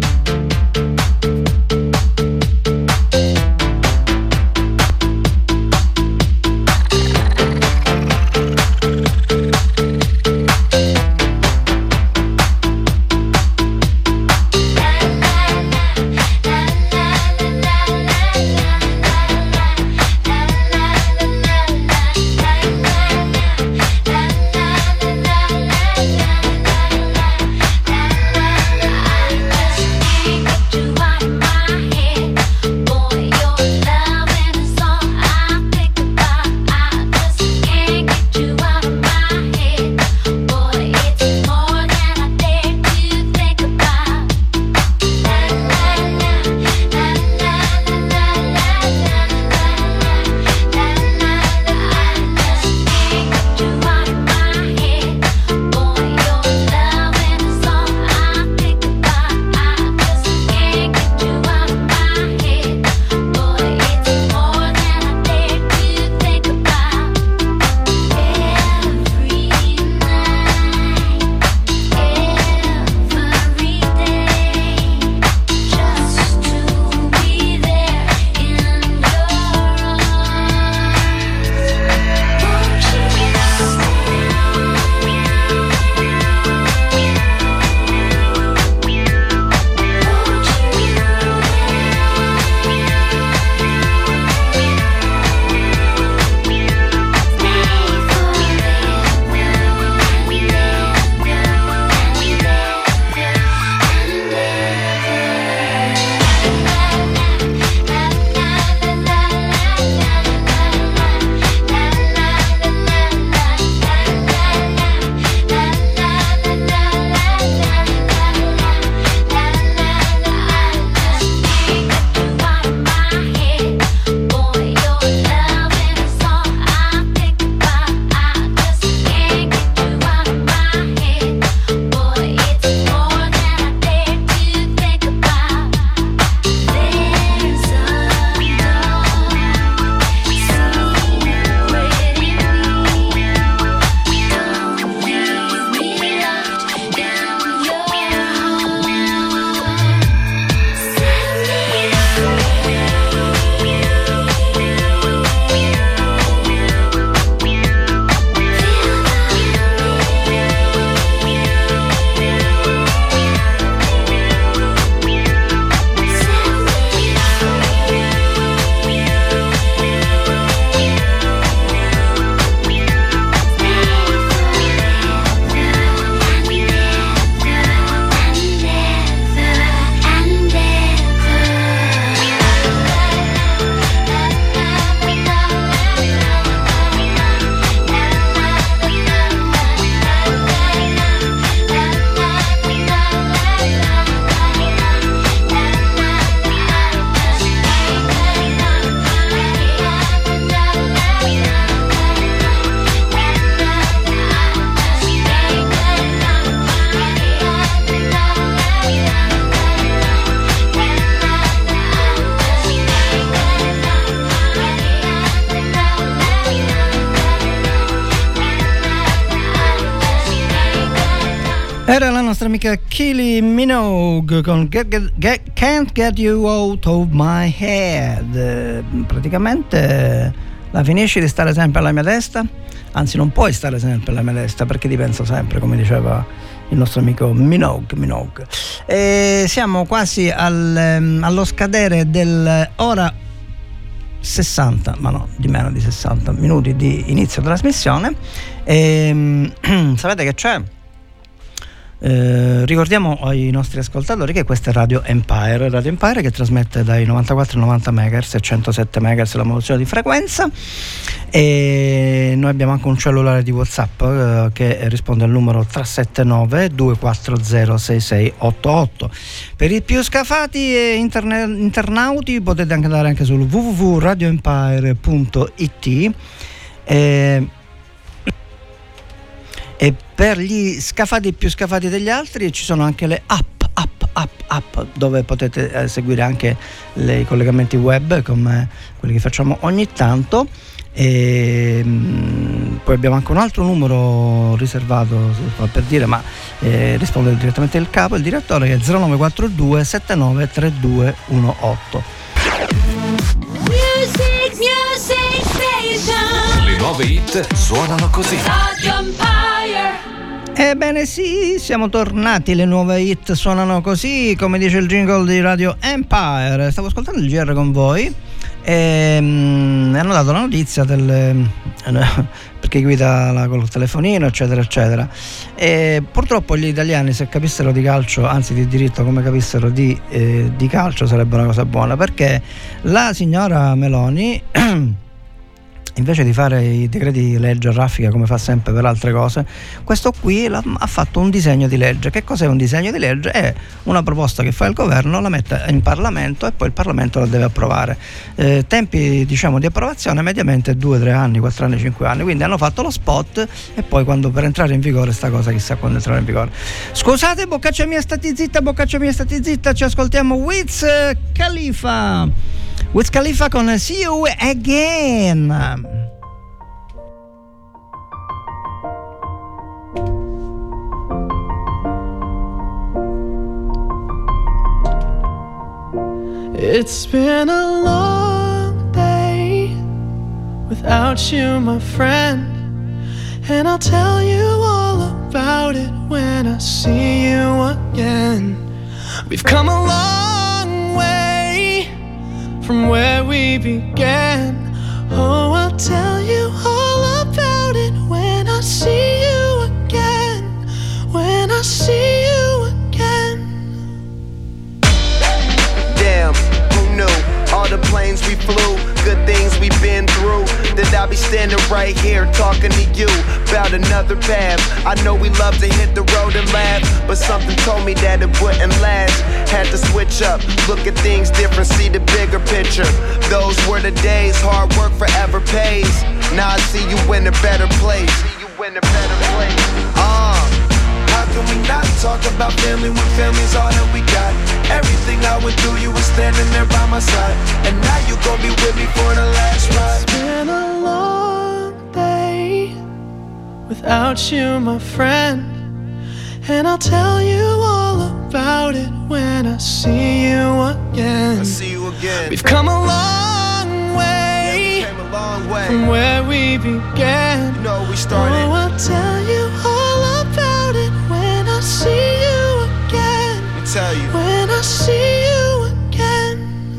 Era la nostra amica Kylie Minogue con get, get, get, Can't Get You Out of My Head. Praticamente La finisci di stare sempre alla mia testa? Anzi, non puoi stare sempre alla mia testa perché ti penso sempre, come diceva il nostro amico Minogue. Minogue. E siamo quasi al, allo scadere dell'ora sessanta, ma no, di meno di sessanta minuti di inizio trasmissione. E, sapete che c'è? Eh, ricordiamo ai nostri ascoltatori che questa è Radio Empire, Radio Empire che trasmette dai novantaquattro ai novanta megahertz e centosette megahertz la modulazione di frequenza, e noi abbiamo anche un cellulare di WhatsApp eh, che risponde al numero tre sette nove due quattro zero sei sei otto otto. Per i più scafati e interne- internauti potete anche andare anche sul w w w punto radio empire punto i t. e E per gli scafati più scafati degli altri ci sono anche le app, app, app, app, dove potete eh, seguire anche le, i collegamenti web come quelli che facciamo ogni tanto. E mh, poi abbiamo anche un altro numero riservato per dire, ma eh, risponde direttamente il capo, il direttore, che è zero nove quattro due sette nove tre due uno otto. Music, music station. Le nuove hit suonano così. Radio Empire. Ebbene sì, siamo tornati, le nuove hit suonano così, come dice il jingle di Radio Empire. Stavo ascoltando il G R con voi e mm, hanno dato la notizia del eh, perché guida la, col telefonino eccetera eccetera, e purtroppo gli italiani, se capissero di calcio, anzi di diritto come capissero di, eh, di calcio, sarebbe una cosa buona, perché la signora Meloni invece di fare i decreti legge a raffica come fa sempre per altre cose, questo qui ha fatto un disegno di legge. Che cos'è un disegno di legge? È una proposta che fa il governo, la mette in Parlamento e poi il Parlamento la deve approvare. Eh, tempi diciamo di approvazione mediamente due, tre anni, quattro anni, cinque anni. Quindi hanno fatto lo spot e poi quando per entrare in vigore sta cosa chissà quando entrerà in vigore. Scusate, boccaccia mia stati zitta, boccaccia mia stati zitta, ci ascoltiamo Wiz Khalifa. Wiz Khalifa con See You Again. It's been a long day without you, my friend, and I'll tell you all about it when I see you again. We've come a long way from where we began. Oh, I'll tell you all about it when I see you again. When I see you again. Damn, who knew? All the planes we flew, good things we've been through. That I'll be standing right here talking to you about another path. I know we love to hit the road and laugh, but something told me that it wouldn't last. Had to switch up, look at things different, see the bigger picture. Those were the days, hard work forever pays. Now I see you in a better place. See you in a better place. Uh, how can we not talk about family when family's all that we got? Everything I went through, you were standing there by my side, and now you gon' be with me for the last ride. It's been a long day without you, my friend, and I'll tell you all about it when I see you again. I see you again. We've come a long way, yeah, we came a long way from where we began. You know we started. Oh, I'll tell you all about it when I see you again. Let me tell you. When I see you again.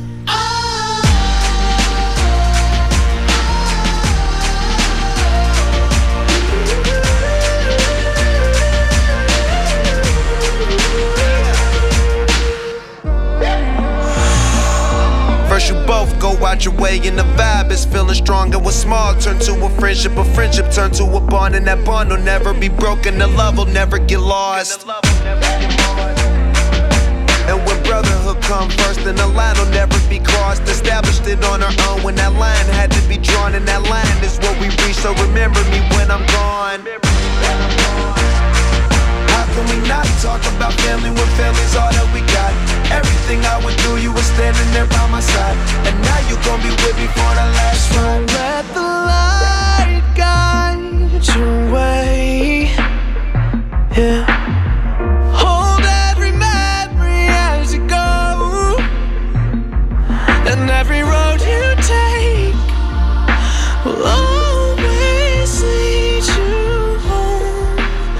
First you both go out your way and the vibe is feeling strong, and what's small turn to a friendship, a friendship turn to a bond, and that bond will never be broken, the love will never get lost. And when brotherhood come first, then the line will never be crossed. Established it on our own when that line had to be drawn, and that line is what we reach, so remember me when I'm gone. How can we not talk about family when family's all that we got? Everything I went through, you were standing there by my side, and now you gon' be with me for the last ride. Let the light guide your way. Yeah. Hold every memory as you go, and every road you take will always lead you home.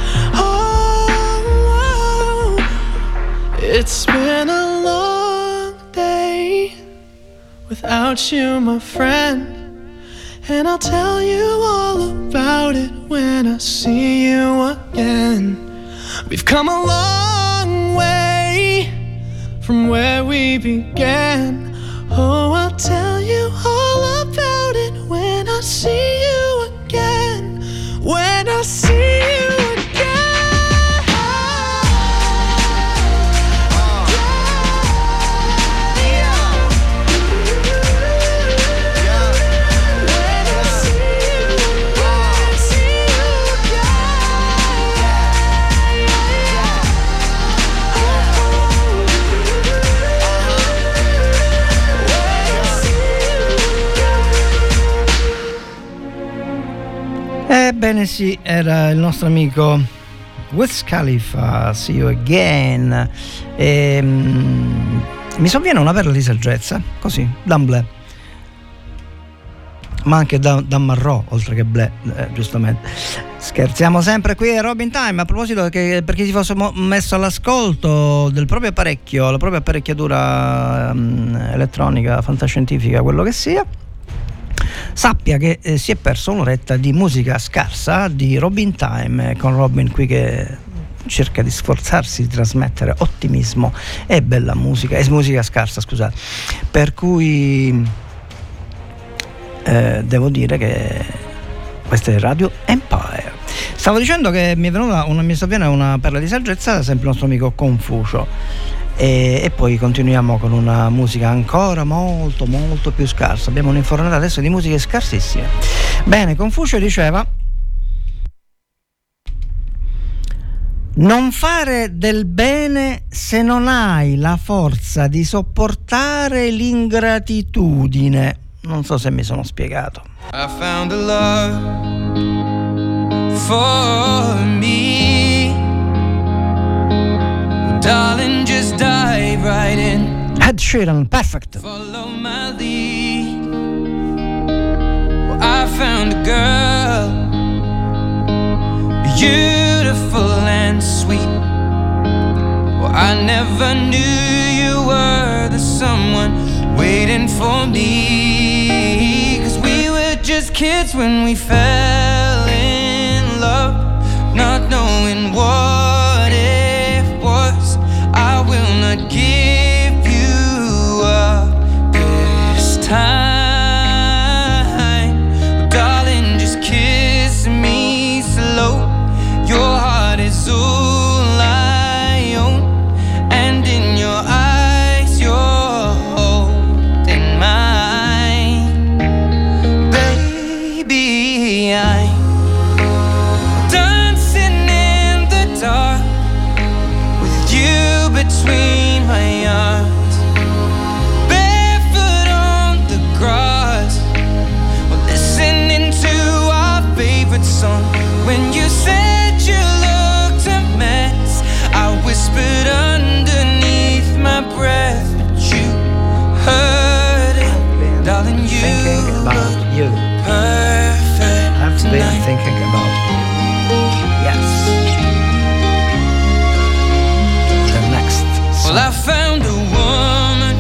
Oh, it's been a long day without you, my friend, and I'll tell you all about it when I see you again. We've come a long way from where we began. Oh, I'll tell you all about it when I see you again. When I see you Ebbene sì, era il nostro amico Wiz Khalifa, See You Again. E, mm, mi sovviene una perla di saggezza, così, d'amblè, ma anche da, da Marrò, oltre che blè, eh, giustamente. Scherziamo sempre qui a Robin Time. A proposito, che per chi si fosse mo- messo all'ascolto del proprio apparecchio, la propria apparecchiatura um, elettronica, fantascientifica, quello che sia, sappia che eh, si è perso un'oretta di musica scarsa di Robin Time, con Robin qui che cerca di sforzarsi di trasmettere ottimismo e bella musica, e musica scarsa, scusate. Per cui eh, devo dire che questa è Radio Empire. Stavo dicendo che mi è venuta una, mi sovviene una perla di saggezza, sempre il nostro amico Confucio. E, e poi continuiamo con una musica ancora molto molto più scarsa. Abbiamo un'infornata adesso di musiche scarsissime. Bene, Confucio diceva: non fare del bene se non hai la forza di sopportare l'ingratitudine. Non so se mi sono spiegato. I found a love for me. Darling, just dive right in. Ed Sheeran, Perfect. Follow my lead. Well, I found a girl, beautiful and sweet. Well, I never knew you were the someone waiting for me. 'Cause we were just kids when we fell in love, not knowing what it was. I will not give you up this time. But darling, just kiss me slow. Your heart is all I own, and in your eyes you're holding mine. Baby, I'm dancing in the dark with you between my arms, barefoot on the grass, or listening to our favorite song. When you said you looked a mess, I whispered underneath my breath, but you heard it, darling. You thinking about you. Perfect. I've been tonight. thinking about you. Yes. The next song. Well, I found a woman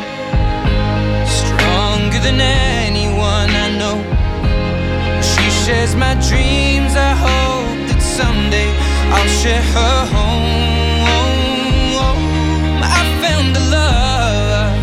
stronger than anyone I know. She shares my dreams. I hope that someday I'll share her home. I found a love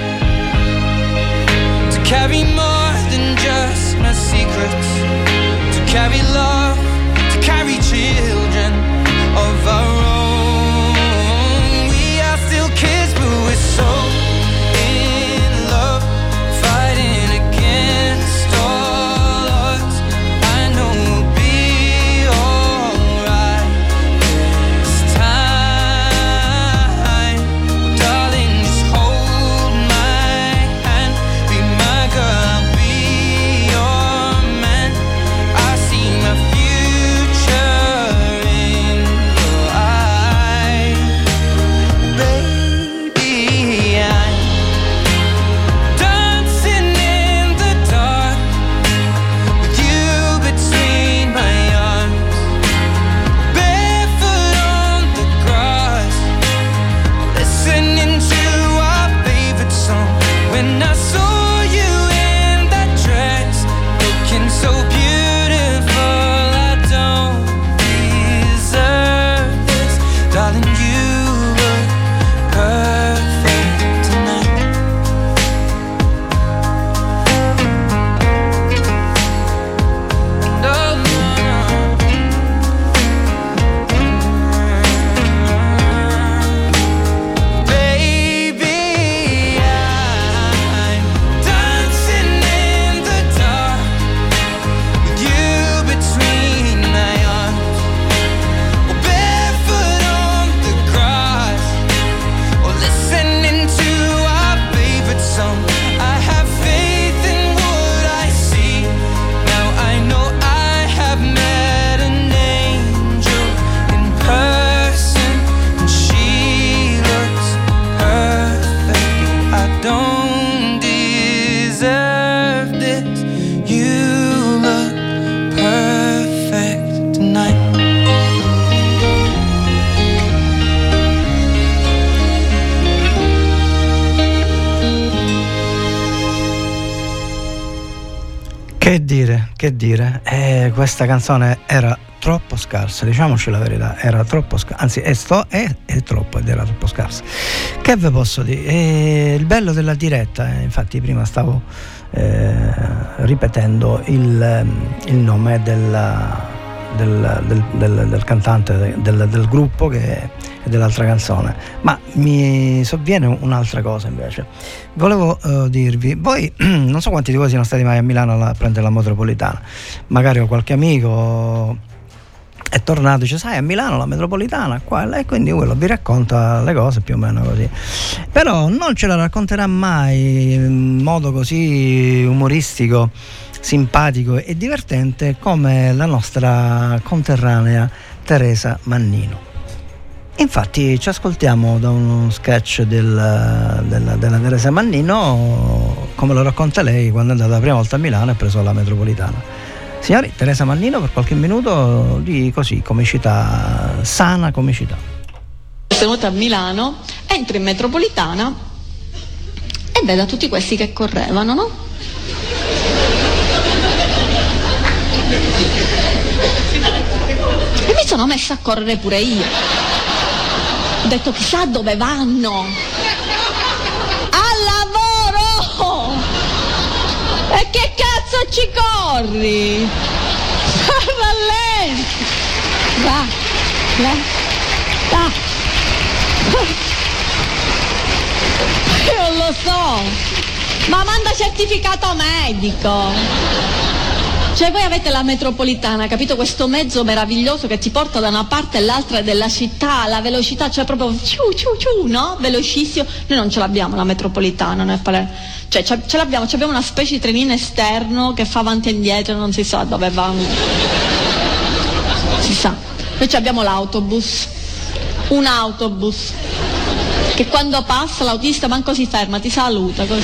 to carry more than just my secrets, to carry love, to carry children of our own. We are still kids, but we're so in love, fighting against all odds. I know we'll be alright this time. Darling, just hold my hand, be my girl, I'll be your man. I see my future Che dire, che dire, eh, questa canzone era troppo scarsa, diciamoci la verità, era troppo scarsa, anzi è, sto, è, è troppo ed era troppo scarsa. Che ve posso dire? Eh, il bello della diretta, eh, infatti prima stavo eh, ripetendo il, il nome della, del, del, del, del cantante del, del gruppo che è dell'altra canzone, ma mi sovviene un'altra cosa invece. Volevo uh, dirvi, voi non so quanti di voi siano stati mai a Milano a prendere la metropolitana, magari ho qualche amico è tornato e dice sai a Milano la metropolitana qua, e quindi quello vi racconta le cose più o meno così, però non ce la racconterà mai in modo così umoristico, simpatico e divertente come la nostra conterranea Teresa Mannino. Infatti ci ascoltiamo da uno sketch del, della, della Teresa Mannino, come lo racconta lei quando è andata la prima volta a Milano e ha preso la metropolitana. Signori, Teresa Mannino per qualche minuto di così, comicità, sana comicità. Sono venuta a Milano, entro in metropolitana e vedo tutti questi che correvano, no? E mi sono messa a correre pure io. Ho detto chissà dove vanno. Al lavoro! E che cazzo ci corri? Rallenti! Va, va, va. Io lo so, ma manda certificato medico. Cioè voi avete la metropolitana, capito? Questo mezzo meraviglioso che ti porta da una parte e l'altra della città, la velocità, cioè proprio ciu ciu ciu, no? Velocissimo. Noi non ce l'abbiamo la metropolitana, noi Palermo. Cioè ce l'abbiamo, abbiamo una specie di trenino esterno che fa avanti e indietro, non si sa dove va. Si sa. Noi abbiamo l'autobus, un autobus, che quando passa l'autista manco si ferma, ti saluta così.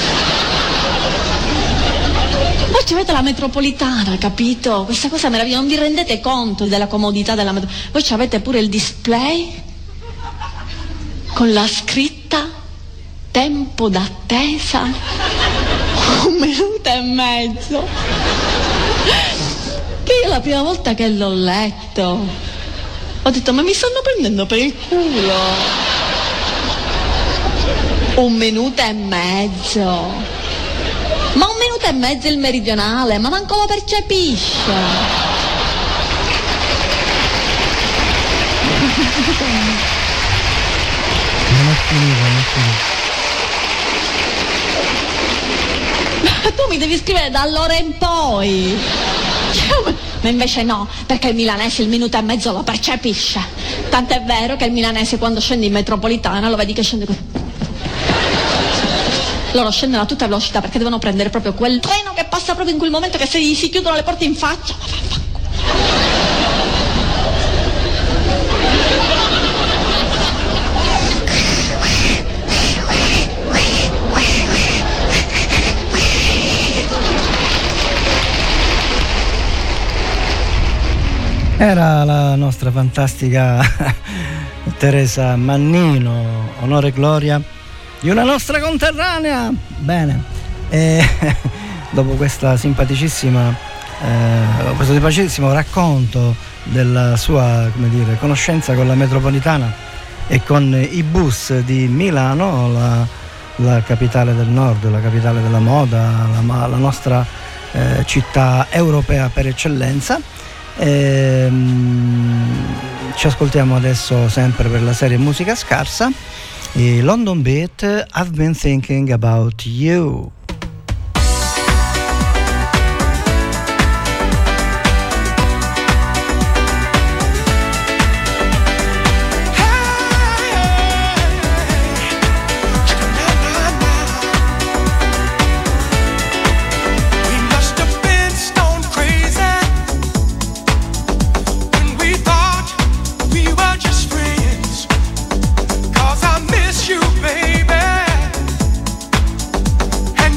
Voi avete la metropolitana, capito? Questa cosa meravigliosa, non vi rendete conto della comodità della metropolitana. Voi avete pure il display con la scritta tempo d'attesa un minuto e mezzo. Che io la prima volta che l'ho letto ho detto ma mi stanno prendendo per il culo. Un minuto e mezzo. Ma un minuto e mezzo il meridionale, ma manco lo percepisce. Non è finito, non è finito. Tu mi devi scrivere da allora in poi. Ma invece no, perché il milanese il minuto e mezzo lo percepisce. Tant'è vero che il milanese quando scende in metropolitana lo vedi che scende così. Loro scendono a tutta velocità perché devono prendere proprio quel treno che passa proprio in quel momento che se gli si chiudono le porte in faccia. Era la nostra fantastica Teresa Mannino, onore e gloria di una nostra conterranea. Bene, e, dopo questa simpaticissima eh, questo simpaticissimo racconto della sua, come dire, conoscenza con la metropolitana e con i bus di Milano, la, la capitale del nord, la capitale della moda, la, la nostra eh, città europea per eccellenza. E, um, ci ascoltiamo adesso sempre per la serie Musica Scarsa i London Beat, I've Been Thinking About You. You, baby, and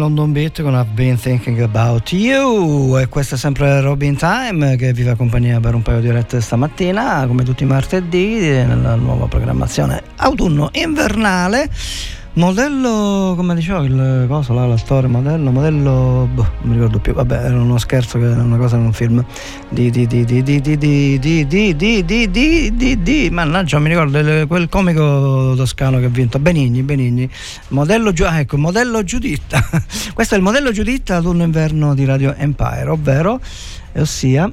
London Beat con I've Been Thinking About You, e questo è sempre Robin Time che vi fa compagnia per un paio di orette stamattina, come tutti i martedì, nella nuova programmazione autunno-invernale. Modello, come dicevo, il coso là, l'attore, modello, modello, boh, non mi ricordo più, vabbè, era uno scherzo, che era una cosa in un film di di di di di di di di di di di di di di mannaggia, mi ricordo quel comico toscano che ha vinto, Benigni, Benigni, modello, ah, ecco, modello Giuditta. Questo è il modello Giuditta autunno inverno di Radio Empire, ovvero, ossia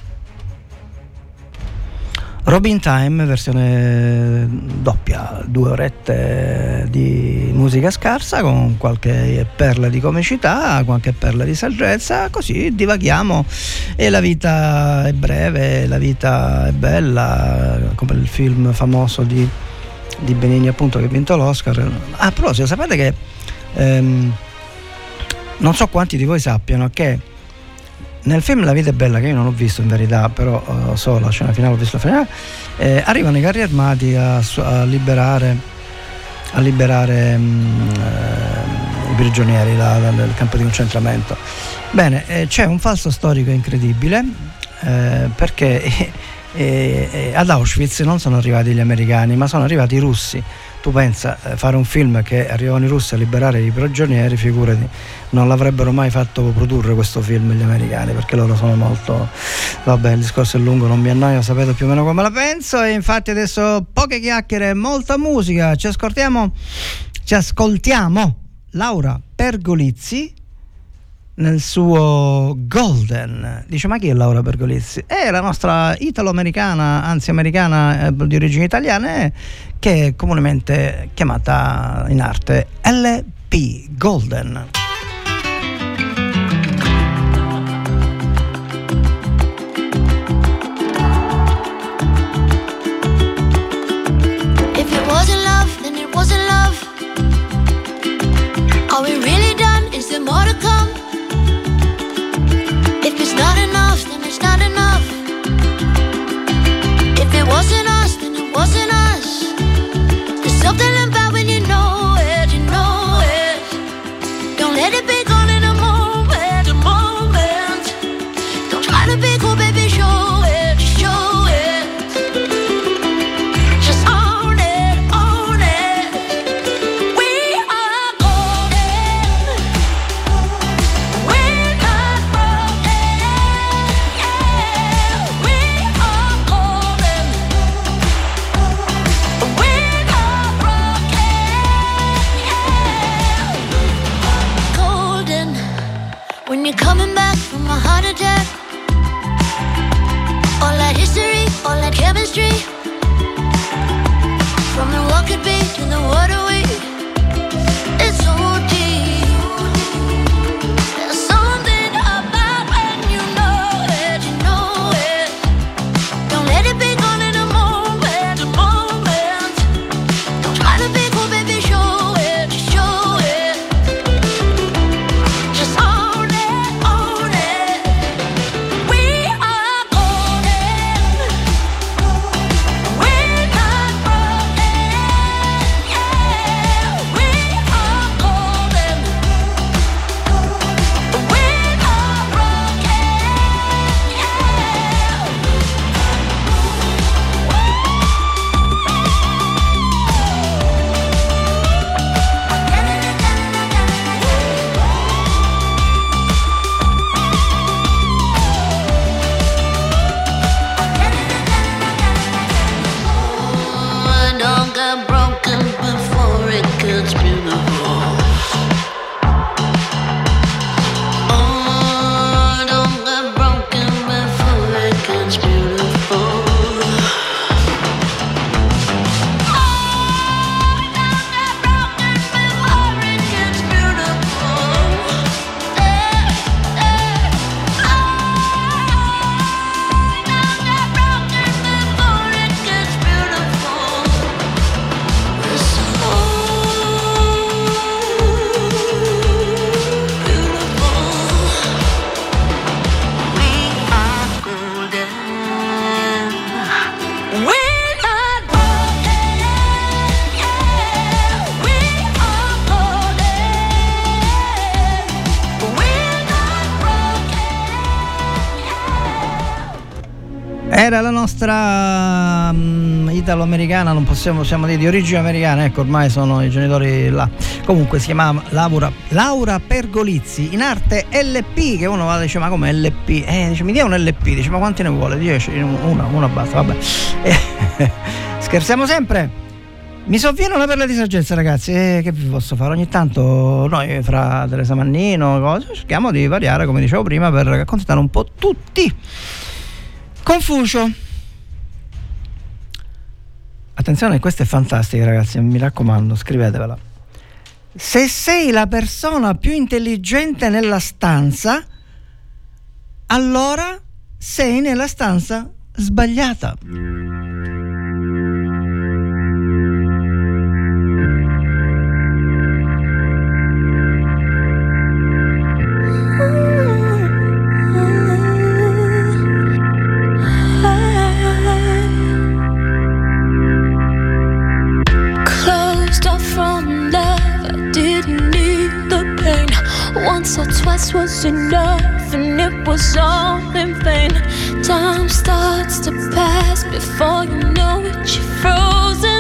Robin Time, versione doppia, due orette di musica scarsa con qualche perla di comicità, qualche perla di saggezza, così divaghiamo e la vita è breve, la vita è bella, come il film famoso di, di Benigni appunto che ha vinto l'Oscar. Ah, però se sapete che ehm, non so quanti di voi sappiano che nel film La vita è bella, che io non ho visto in verità, però uh, so la scena finale, ho visto la finale, eh, arrivano i carri armati a, a liberare a liberare um, uh, i prigionieri da, da, dal campo di concentramento. Bene, eh, c'è un falso storico incredibile, eh, perché eh, eh, ad Auschwitz non sono arrivati gli americani, ma sono arrivati i russi. Tu pensa, eh, fare un film che arrivano i russi a liberare i prigionieri, figurati, non l'avrebbero mai fatto produrre questo film gli americani, perché loro sono molto, vabbè, il discorso è lungo, non mi annoio, sapete più o meno come la penso, e infatti adesso poche chiacchiere, molta musica, ci ascoltiamo ci ascoltiamo Laura Pergolizzi nel suo Golden. Dice, ma chi è Laura Pergolizzi? È la nostra italo-americana, anzi americana, eh, di origini italiane, che è comunemente chiamata in arte L P, Golden. If it wasn't love, then it wasn't love. Are we really done? Is there more to come? If it's not enough, then it's not enough. If it wasn't us, then it wasn't us. There's something about when you know it, you know it. Don't let it be gone in a moment, a moment. Don't try to be cool, baby, show it, show it. Just own it, own it. We are golden. We're not broken. Yeah, we are golden. We're not broken. Yeah, golden. When you're coming back from a heart attack, all that history, all that chemistry, from the what could be to the what are we, it's so deep. There's something about when you know it, you know it. Don't let it be gone in a moment, a moment. Don't try to be cool, baby, show it, show it. Just own it, own it. We are golden. We're not broken. Yeah, Era la nostra um, italo-americana, non possiamo, possiamo dire di origine americana, ecco, ormai sono i genitori là. Comunque si chiamava Laura, Laura Pergolizzi, in arte L P, che uno va e dice ma come L P? Eh, dice mi dia un L P, dice ma quanti ne vuole? dieci, una, una basta, vabbè. Eh, scherziamo sempre. Mi sovviene una perla di saggezza, ragazzi, eh, che vi posso fare? Ogni tanto noi fra Teresa Mannino, cose, cerchiamo di variare, come dicevo prima, per accontentare un po' tutti. Confucio. Attenzione, questa è fantastica, ragazzi, mi raccomando, scrivetevela. Se sei la persona più intelligente nella stanza, allora sei nella stanza sbagliata. Once or twice was enough, and it was all in vain. Time starts to pass before you know it, you're frozen.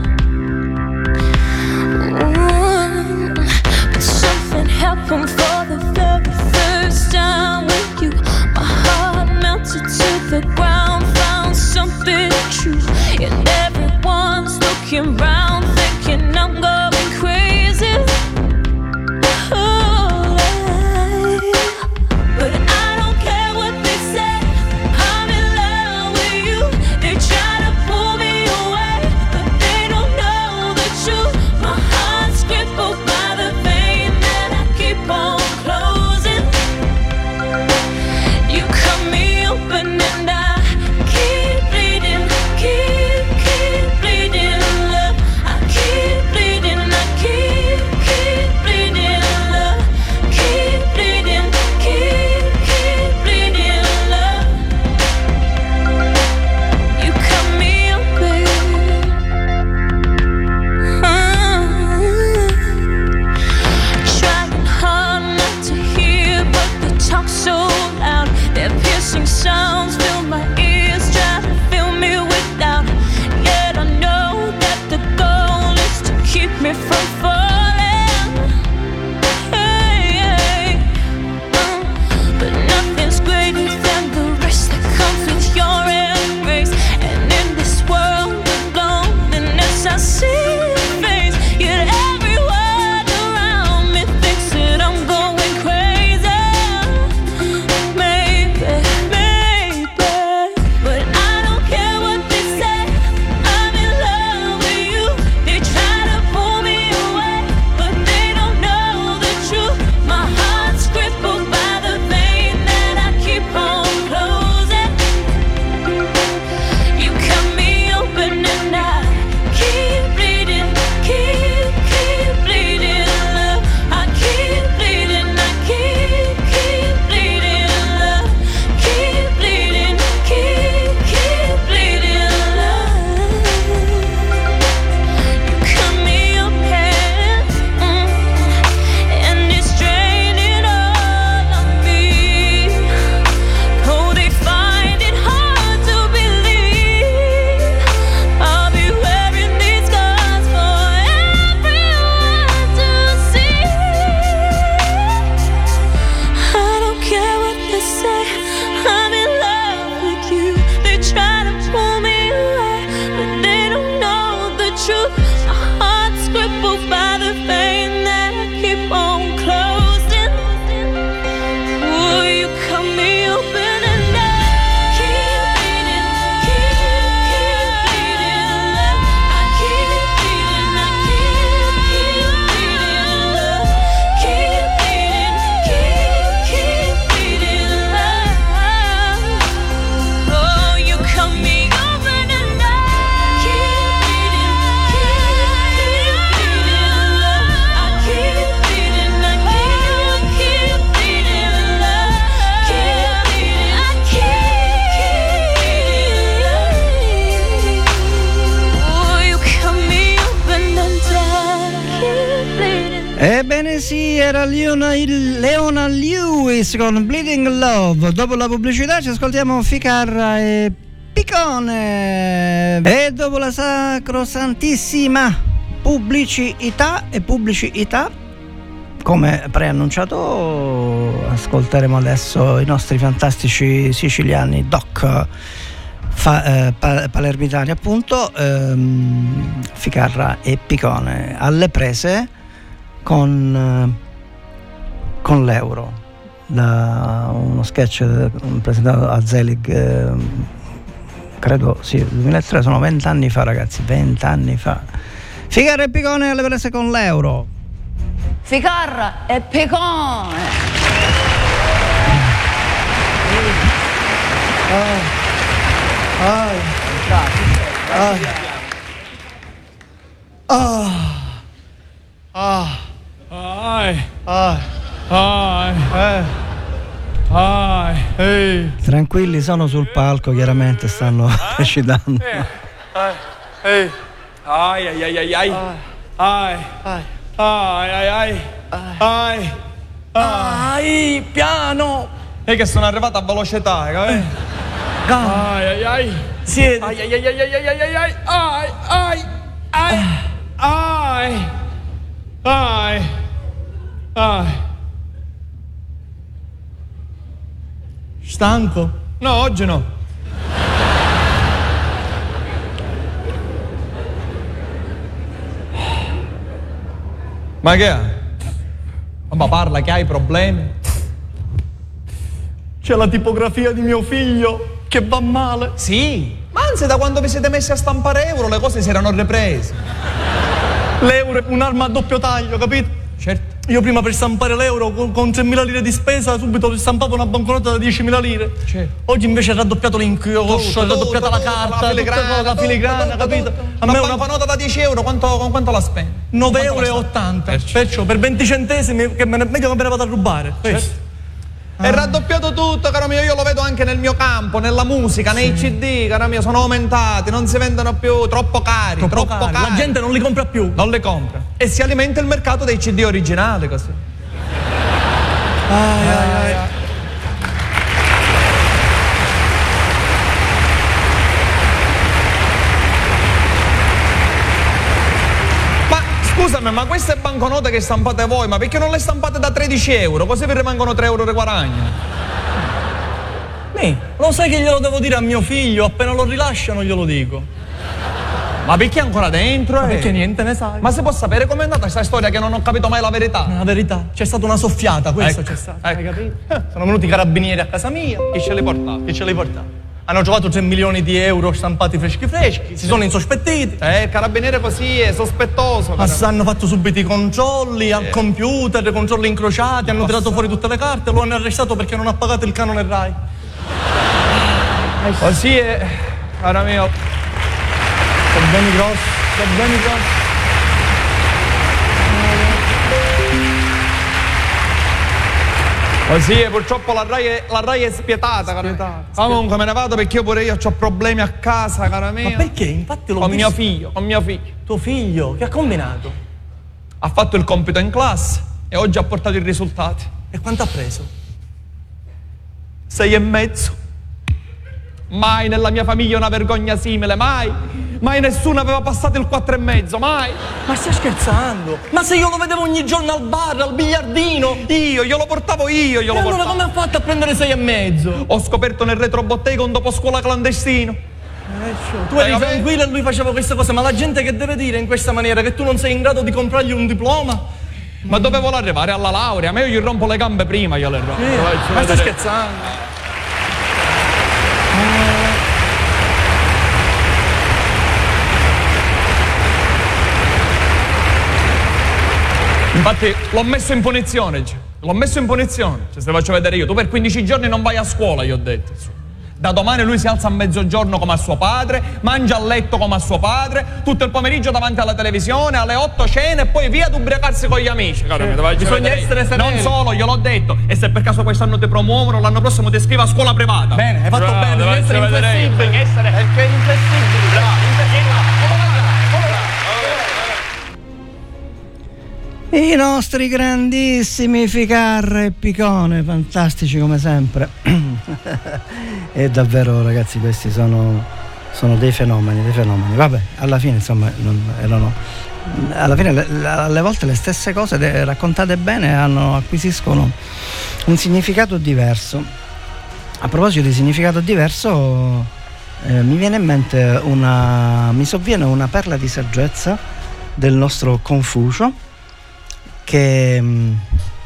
Ooh. But something happened for the very first time with you. My heart melted to the ground, found something true, and everyone's looking round, thinking I'm going crazy. Sounds fill my ears, try to fill me with doubt. Yet I know that the goal is to keep me from falling. Hey, hey. Uh, but nothing's greater than the risk that comes with your embrace. And in this world of loneliness, I see your face. Yet everyone around me thinks that I'm going crazy. Maybe. Ebbene sì, era Leona, Leona Lewis con Bleeding Love. Dopo la pubblicità ci ascoltiamo Ficarra e Piccone. E dopo la sacrosantissima pubblicità e pubblicità, come preannunciato, ascolteremo adesso i nostri fantastici siciliani Doc fa, eh, pa, palermitani, appunto, ehm, Ficarra e Piccone alle prese con, eh, con l'euro, da uno sketch presentato a Zelig, eh, credo sì, duemilatré, sono vent'anni fa, ragazzi, vent'anni fa. Ficarra e Piccone alle prese con l'euro. Ficarra e Piccone. Ai, ai, ah, ah, ai, ai, ai, eh, ai, ehi. Tranquilli, sono sul palco, chiaramente stanno recitando. Ehi, Ai ai ai ai ai. Ai. ai, Ai ai ai. Ai. ai, piano. E che sono arrivato a velocità, capito? Calma. Ai ai ai. Siedi. Ai ai ai ai ai ai ai ai. Ai ai ai. Ai. Ai. Ai. Stanco? No, oggi no. Ma che è? Ma parla che hai problemi? C'è la tipografia di mio figlio che va male. Sì, ma anzi da quando vi siete messi a stampare euro le cose si erano riprese. L'euro è un'arma a doppio taglio, capito? Certo. Io prima per stampare l'euro con, con tremila lire di spesa subito stampavo una banconota da diecimila lire. Certo. Oggi invece è raddoppiato l'inchiostro, è raddoppiata la carta, la filigrana, la filigrana, capito? A Una me una banconota da dieci euro, quanto, con quanto la spendi? nove euro e ottanta. Perciò per venti centesimi che me ne, meglio che me ne vado a rubare. Certo. È raddoppiato tutto, caro mio, io lo vedo anche nel mio campo, nella musica, nei C D, caro mio, sono aumentati, non si vendono più, troppo cari, Troppo troppo, cari. cari. La gente non li compra più. Non le compra. E si alimenta il mercato dei C D originali così. Ai, ai, ai. Ma scusami, ma queste banconote che stampate voi, ma perché non le stampate da tredici euro? Così vi rimangono tre euro di guadagno. Mi, lo sai che glielo devo dire a mio figlio? Appena lo rilasciano glielo dico. Ma perché è ancora dentro? Ma eh? perché niente ne sai. Ma si può sapere com'è andata questa storia che non ho capito mai la verità? La verità, c'è stata una soffiata, questo Ecco, c'è stato, ecco. hai capito? Eh, sono venuti i carabinieri a casa mia. Chi ce li portava? Chi ce li portava? Hanno trovato tre milioni di euro stampati freschi freschi, si sono insospettiti. Eh, il carabiniere così è sospettoso. Ma hanno fatto subito i controlli al computer, controlli incrociati, hanno tirato fuori tutte le carte, lo hanno arrestato perché non ha pagato il canone Rai. Così è, caro mio. Problemi grossi, problemi grossi. Così è, purtroppo la Rai è, la Rai è spietata, caro mio. Comunque me ne vado perché io pure io ho problemi a casa, caro mio. Ma perché? Infatti l'ho Con visto. mio figlio, con mio figlio. Tuo figlio, che ha combinato? Ha fatto il compito in classe e oggi ha portato i risultati. E quanto ha preso? Sei e mezzo. Mai nella mia famiglia una vergogna simile, mai. Mai nessuno aveva passato il quattro e mezzo, mai. Ma stai scherzando? Ma se io lo vedevo ogni giorno al bar, al biliardino. Io, glielo portavo io, glielo E allora portavo. come ha fatto a prendere sei e mezzo? Ho scoperto nel retrobottega un doposcuola clandestino. Tu eri Eh, tranquillo e lui faceva queste cose, ma la gente che deve dire in questa maniera che tu non sei in grado di comprargli un diploma? Ma dove vuole arrivare? Alla laurea? Ma io gli rompo le gambe prima, io le rompo. Eh, Vai, ci ma stai vedremo. scherzando? Infatti l'ho messo in punizione, cioè. L'ho messo in punizione, cioè, se lo faccio vedere io. Tu per quindici giorni non vai a scuola, gli ho detto. Da domani lui si alza a mezzogiorno come a suo padre, mangia a letto come a suo padre, tutto il pomeriggio davanti alla televisione, alle otto cene e poi via ad ubriacarsi con gli amici. Caro mio, te lo faccio bisogna vedere essere io. severi. Non solo, gliel'ho detto. E se per caso quest'anno ti promuovono, l'anno prossimo ti iscrivo a scuola privata. Bene, hai fatto Bravo, bene, te lo devi essere faccio vedere io. inflessibile. Perché essere... Perché è inflessibile. Bravo, inflessibile. Come va? Come va? I nostri grandissimi Ficarra e Picone, fantastici come sempre. E davvero, ragazzi, questi sono, sono dei fenomeni, dei fenomeni. Vabbè, alla fine insomma non erano, alla fine le, alle volte le stesse cose de, raccontate bene hanno, acquisiscono un significato diverso. A proposito di significato diverso, eh, mi viene in mente una, mi sovviene una perla di saggezza del nostro Confucio, che mh,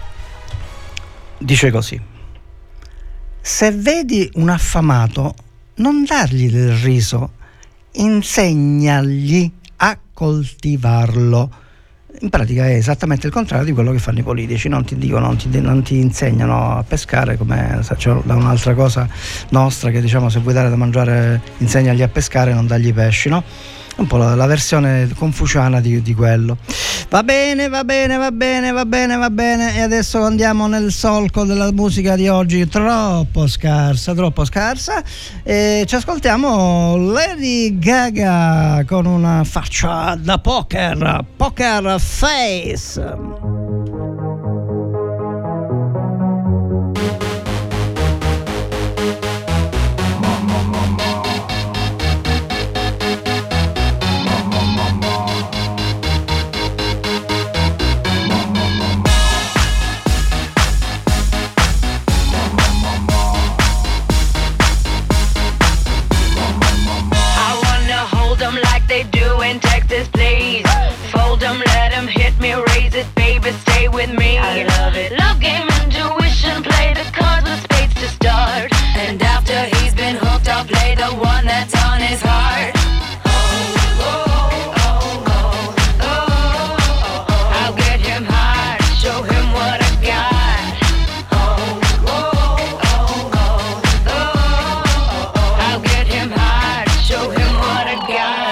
dice così: se vedi un affamato non dargli del riso, insegnagli a coltivarlo. In pratica è esattamente il contrario di quello che fanno i politici, non ti dicono, non ti, non ti insegnano a pescare, come c'è un'altra cosa nostra che diciamo, se vuoi dare da mangiare insegnagli a pescare, non dagli pesci, no? Un po' la, la versione confuciana di, di quello. Va bene, va bene, va bene, va bene, va bene. E adesso andiamo nel solco della musica di oggi, troppo scarsa, troppo scarsa. E ci ascoltiamo Lady Gaga con una faccia da poker, poker face. They do in Texas, please. Fold them, let them hit me, raise it, baby, stay with me. I love it. Love game, intuition, play the cards with spades to start. And after he's been hooked, I'll play the one that's on his heart. Oh, oh, oh, oh, oh, oh, oh. I'll get him high, show him what I got. Oh, oh, oh, oh, oh, oh. I'll get him high, show him what I got.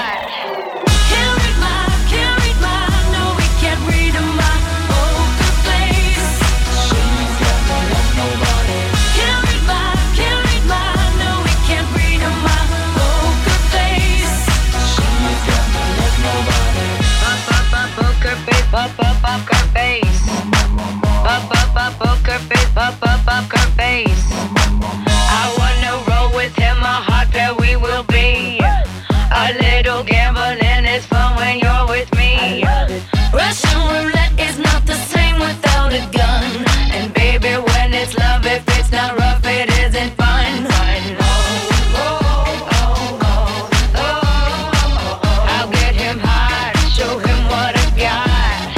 Up, up, up her face. Up, up, up, poker face. Up, up, up her face. I wanna roll with him, a hot pair we will be. A little gambling is fun when you're with me. Russian roulette is not the same without a gun. And baby, when it's love, if it's not rough, it isn't fun. Oh, oh, oh, oh, oh, oh. I'll get him high, show him what I got.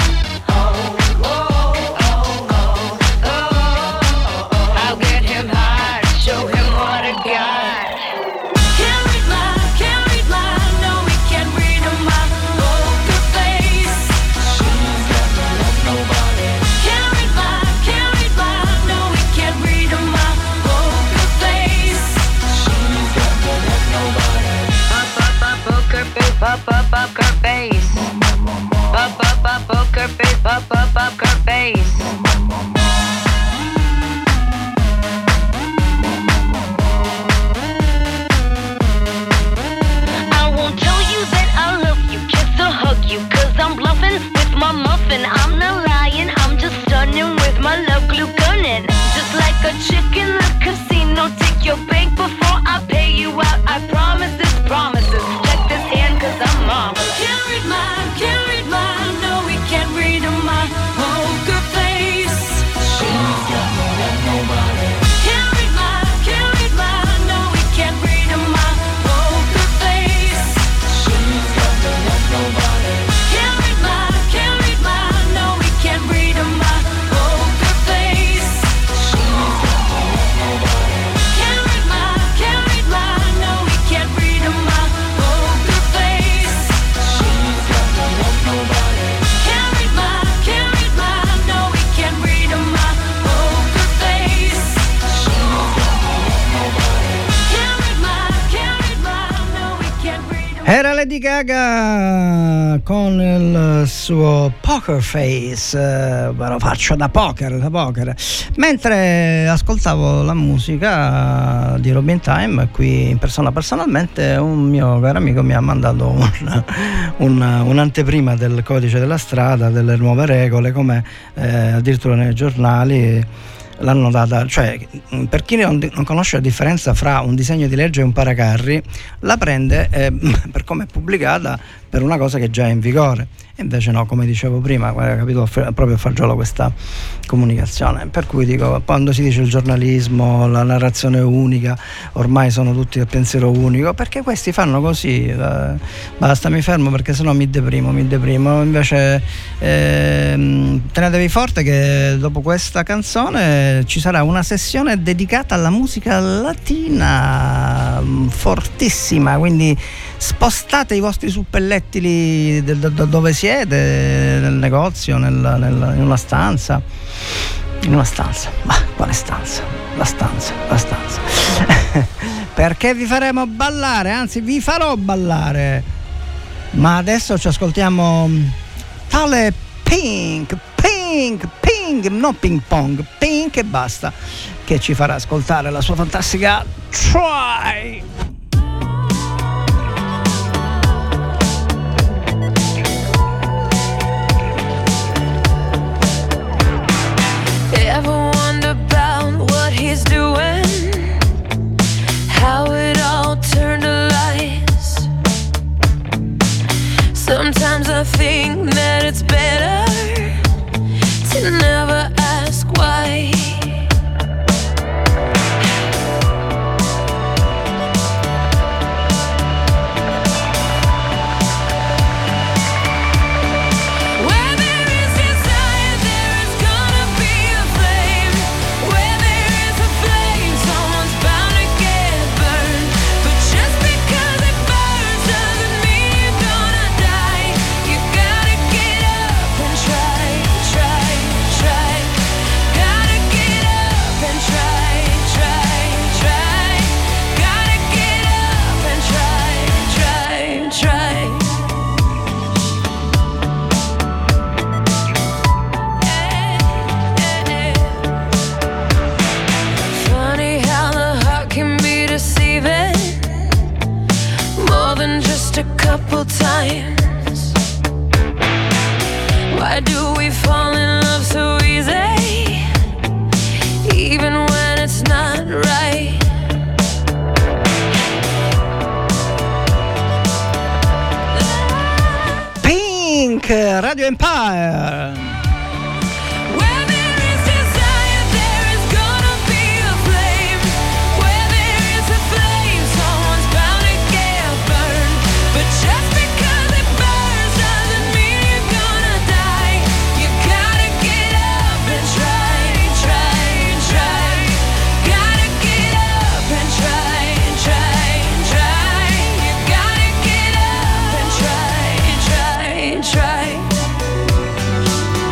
Up, up, up her face. Up, up, up, poker face. Up, up, up her face. I won't tell you that I love you, kiss or hug you, cause I'm bluffing with my muffin. I'm not lying, I'm just stunning with my love glue gunning. Just like a chick in the casino, take your bank before I pay you out. I promise this, promises. Check this hand cause I'm marvelous. Can't read mine, can't read mine. No, we can't read my poker face. She's got more than nobody. Can't read mine, can't read mine. No, we can't read my poker face. She's got more than nobody. Can't read mine, can't read mine. No, we can't read my poker face. She's got more than nobody. Can't read mine, can't read Era Lady Gaga con il suo Poker Face, eh, ve lo faccio da poker, da poker. Mentre ascoltavo la musica di Robin Time, qui in persona personalmente, un mio caro amico mi ha mandato un, un, un'anteprima del codice della strada, delle nuove regole, come eh, addirittura nei giornali l'hanno data, cioè per chi non, non conosce la differenza fra un disegno di legge e un paracarri, la prende eh, per come è pubblicata per una cosa che è già in vigore, e invece no, come dicevo prima, guarda, capito, proprio a fagiolo questa comunicazione, per cui dico, quando si dice il giornalismo, la narrazione unica, ormai sono tutti del pensiero unico, perché questi fanno così, eh, basta, mi fermo perché sennò mi deprimo, mi deprimo, invece eh, tenetevi forte che dopo questa canzone ci sarà una sessione dedicata alla musica latina fortissima, quindi spostate i vostri suppellettili da, da dove siete, nel negozio, nel, nel, in una stanza, in una stanza, ma quale stanza? La stanza, la stanza, perché vi faremo ballare, anzi vi farò ballare, ma adesso ci ascoltiamo tale Pink, Pink, Pink, non ping pong, Pink e basta, che ci farà ascoltare la sua fantastica Try. Ever wonder about what he's doing? How it all turned to lies? Sometimes I think that it's better to never ask why. Couple times. Why do we fall in love so easy, even when it's not right? Pink, Radio Empire. Try.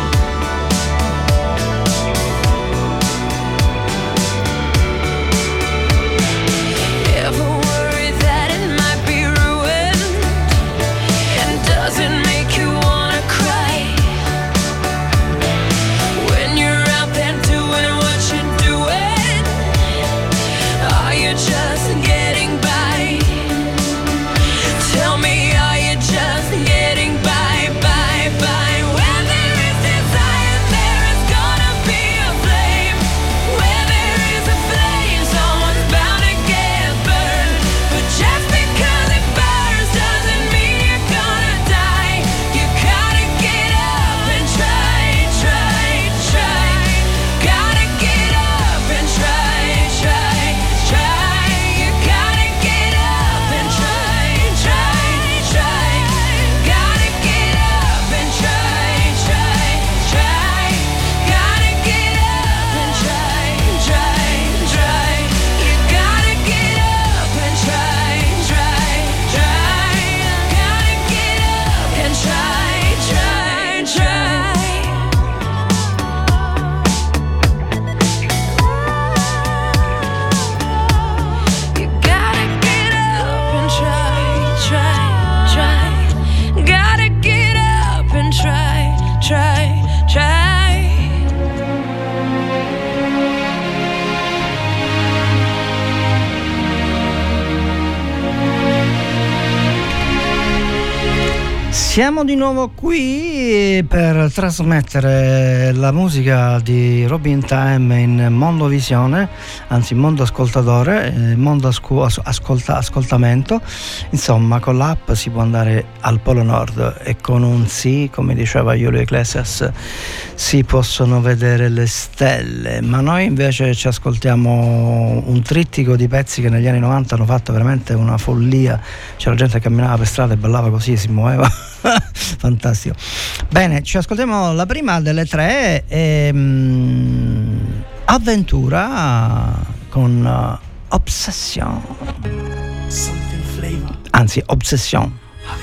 Siamo di nuovo qui per trasmettere la musica di Robin Time in Mondo Visione, anzi Mondo Ascoltatore, Mondo ascu- ascolta- Ascoltamento. Insomma, con l'app si può andare al Polo Nord e con un sì, come diceva Julio Iglesias, si possono vedere le stelle. Ma noi invece ci ascoltiamo un trittico di pezzi che negli anni novanta hanno fatto veramente una follia. C'era gente che camminava per strada e ballava così, si muoveva. Fantastico. Bene, ci ascoltiamo la prima delle tre, ehm, Avventura con uh, Obsession. Something flavor. Anzi, Obsession.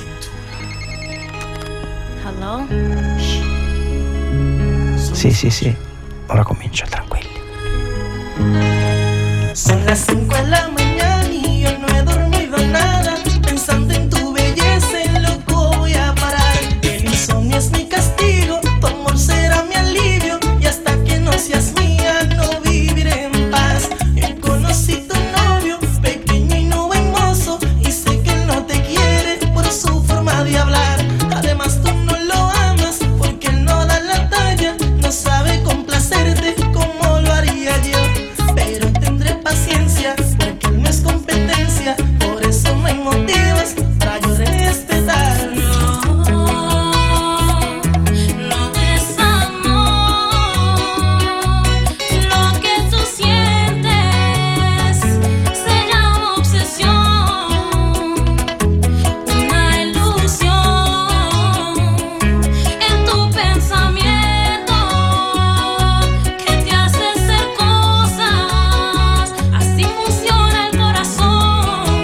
Hello? Sì, sì, sì. Ora comincia, tranquilli. Son las cinco de la mañana y yo no he dormido nada, pensando en tu belleza, en loco voy a parar. El insomnio es mi castigo, tu amor será mi alivio, y hasta que no seas mía no viviré en paz. Yo conocí tu novio, pequeño y no buen mozo, y sé que él no te quiere por su forma de hablar. Además tú no lo amas, porque él no da la talla, no sabe complacerte como lo haría yo. Pero tendré paciencia, porque él no es competencia, por eso no hay motivos para yo respetar. No es amor, lo que tú sientes se llama obsesión, una ilusión en tu pensamiento que te hace hacer cosas, así funciona el corazón.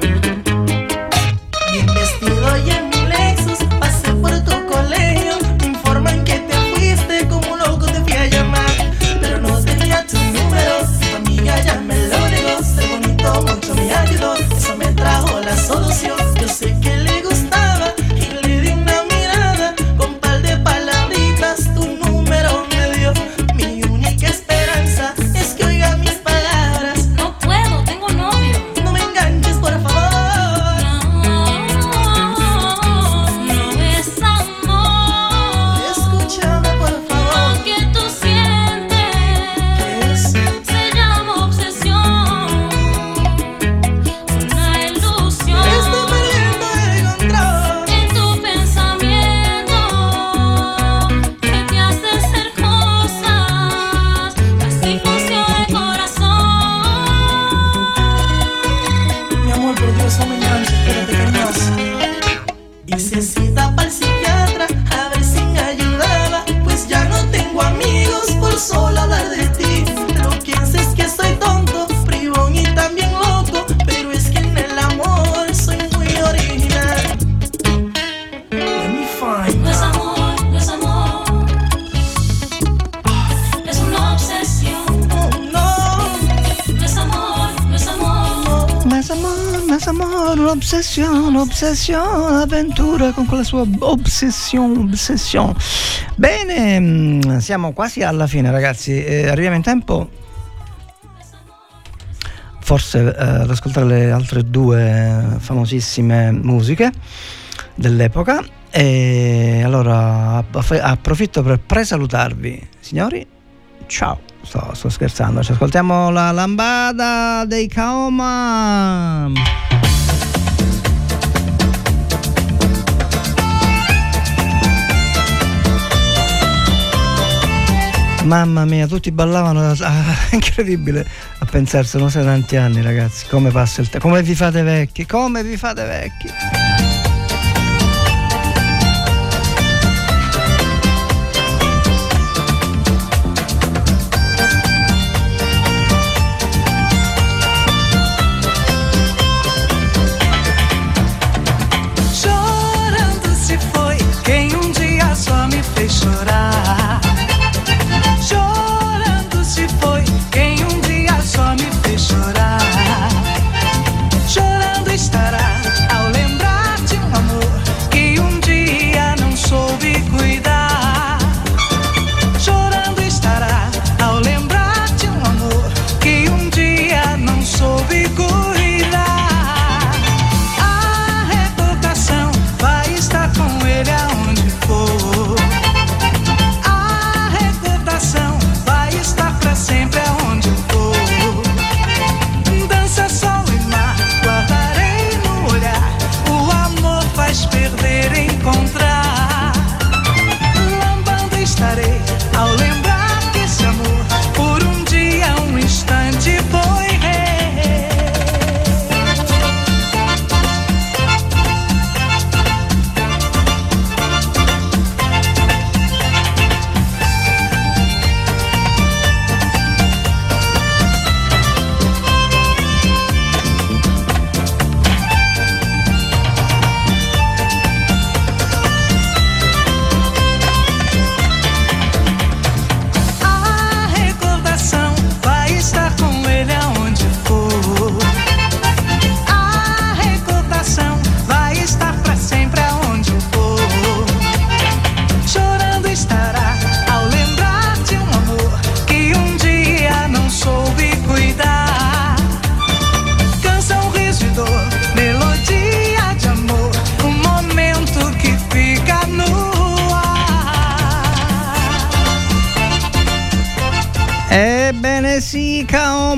Bien vestido y en mi Lexus, pasé por tu colegio, me informan que te fuiste, como un loco te fui a llamar, pero no tenía tu número, tu amiga ya me lo negó, ser bonito mucho me ayudó, eso me trajo la solución. Yo sé que le gustaba y le di una mirada, con par de palabritas tu número me dio. Mi única esperanza es que oiga mis palabras. No puedo, tengo novio. No me enganches, por favor. No es amor, Escúchame, por favor. lo que tú sientes se llama obsesión, una ilusión Estoy perdiendo el control. en tu pensamiento que te hace hacer cosas, así funciona el corazón. Mi amor, por Dios, no me enganches, espérate que hay más. Hice cita para el psiquiatra, a ver si me ayudaba, pues ya no tengo amigos por solo hablar de ti. Lo que piensas es que soy tonto, bribón y también loco, pero es que en el amor soy muy original. Let me find No es out. amor, no es amor, es una obsesión. Oh, no. No es amor, no es amor, Más amor, más amor, obsession, obsession, avventura con quella sua obsession, obsession. Bene, mm, siamo quasi alla fine, ragazzi. Eh, arriviamo in tempo forse eh, ad ascoltare le altre due famosissime musiche dell'epoca. E allora app- approfitto per presalutarvi, signori. Ciao. Sto, sto scherzando, ci ascoltiamo la lambada dei Kaoma. Mamma mia, tutti ballavano, ah, incredibile a pensarselo, sono tanti anni, ragazzi, come passa il tempo, come vi fate vecchi, come vi fate vecchi. Chorando se foi quem um dia só me fez chorar. Chorando se foi quem um dia só me fez chorar. Chorando estará ao lembrar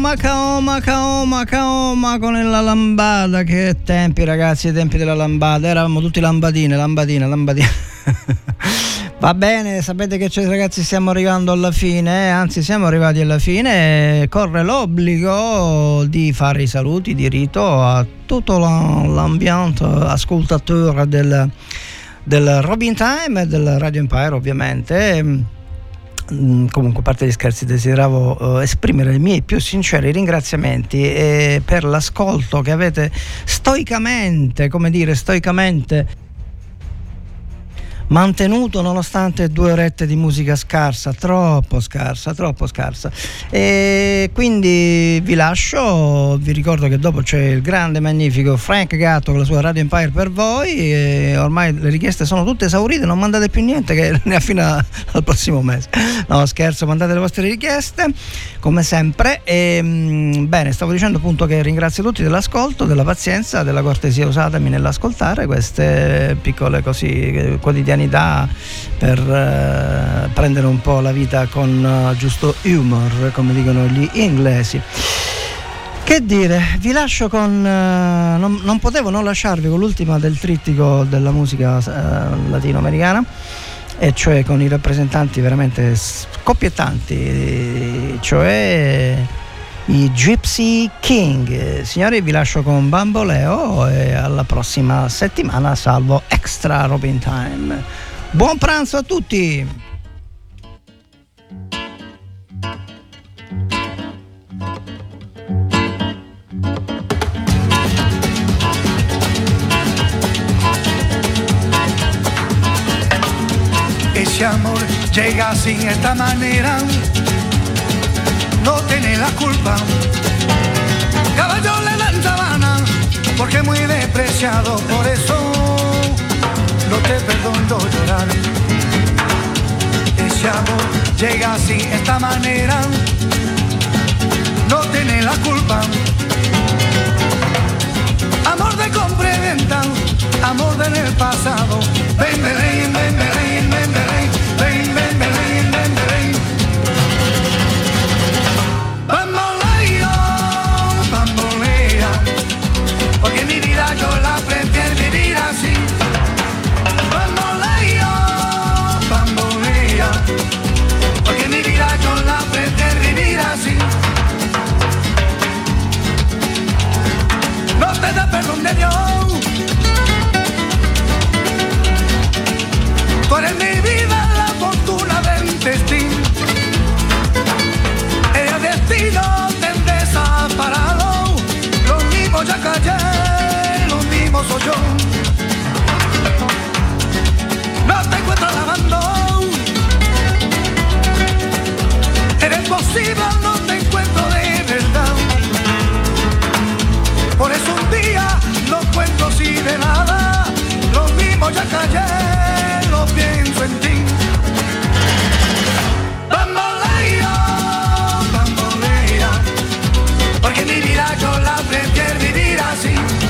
Kaoma, Kaoma, Kaoma, Kaoma con la lambada. Che tempi, ragazzi, i tempi della lambada. Eravamo tutti lampadine, lampadine, lampadine. Va bene, sapete che c'è, ragazzi, stiamo arrivando alla fine, eh? Anzi siamo arrivati alla fine. Corre l'obbligo di fare i saluti di rito a tutto l'ambiente ascoltatore del, del Robin Time e del Radio Empire, ovviamente. Comunque, a parte gli scherzi, desideravo uh, esprimere i miei più sinceri ringraziamenti eh, per l'ascolto che avete stoicamente, come dire, stoicamente mantenuto nonostante due orette di musica scarsa, troppo scarsa, troppo scarsa. E quindi vi lascio, vi ricordo che dopo c'è il grande, magnifico Frank Gatto con la sua Radio Empire per voi, e ormai le richieste sono tutte esaurite, non mandate più niente, che ne ha fino a, al prossimo mese. No, scherzo, mandate le vostre richieste come sempre. E mh, bene, stavo dicendo appunto che ringrazio tutti dell'ascolto, della pazienza, della cortesia usatemi nell'ascoltare queste piccole così quotidiane per uh, prendere un po' la vita con uh, giusto humor, come dicono gli inglesi. Che dire, vi lascio con uh, non, non potevo non lasciarvi con l'ultima del trittico della musica uh, latinoamericana, e cioè con i rappresentanti veramente scoppiettanti, cioè i Gypsy King. Signori, vi lascio con Bamboleo e alla prossima settimana, salvo Extra Robin Time. Buon pranzo a tutti! Ese amor llega sin esta manera, no tiene la culpa. Caballo le dan sabana porque muy despreciado, por eso no te perdono llorar. Ese amor llega así, esta manera, no tiene la culpa. Amor de compra y venta, amor del pasado. Ven, ven, ven, ven, ven, ven, ven, ven, ven, ven, ven, ven, ven. Bamboleo, bambolea, porque mi vida yo la prefiero vivir así. Bamboleo, bambolea, porque mi vida yo la prefiero vivir así. No te da perdón de Dios, tú eres mi vida, la fortuna del destino. El destino te desaparado, lo mismo ya callé, lo mismo soy yo. No te encuentro lavando, eres posible, no te encuentro de verdad. Por eso un día no cuento así de nada, lo mismo ya callé, lo pienso en ti. Bamboleo, bambolea, porque mi vida yo la prefiero vivir así.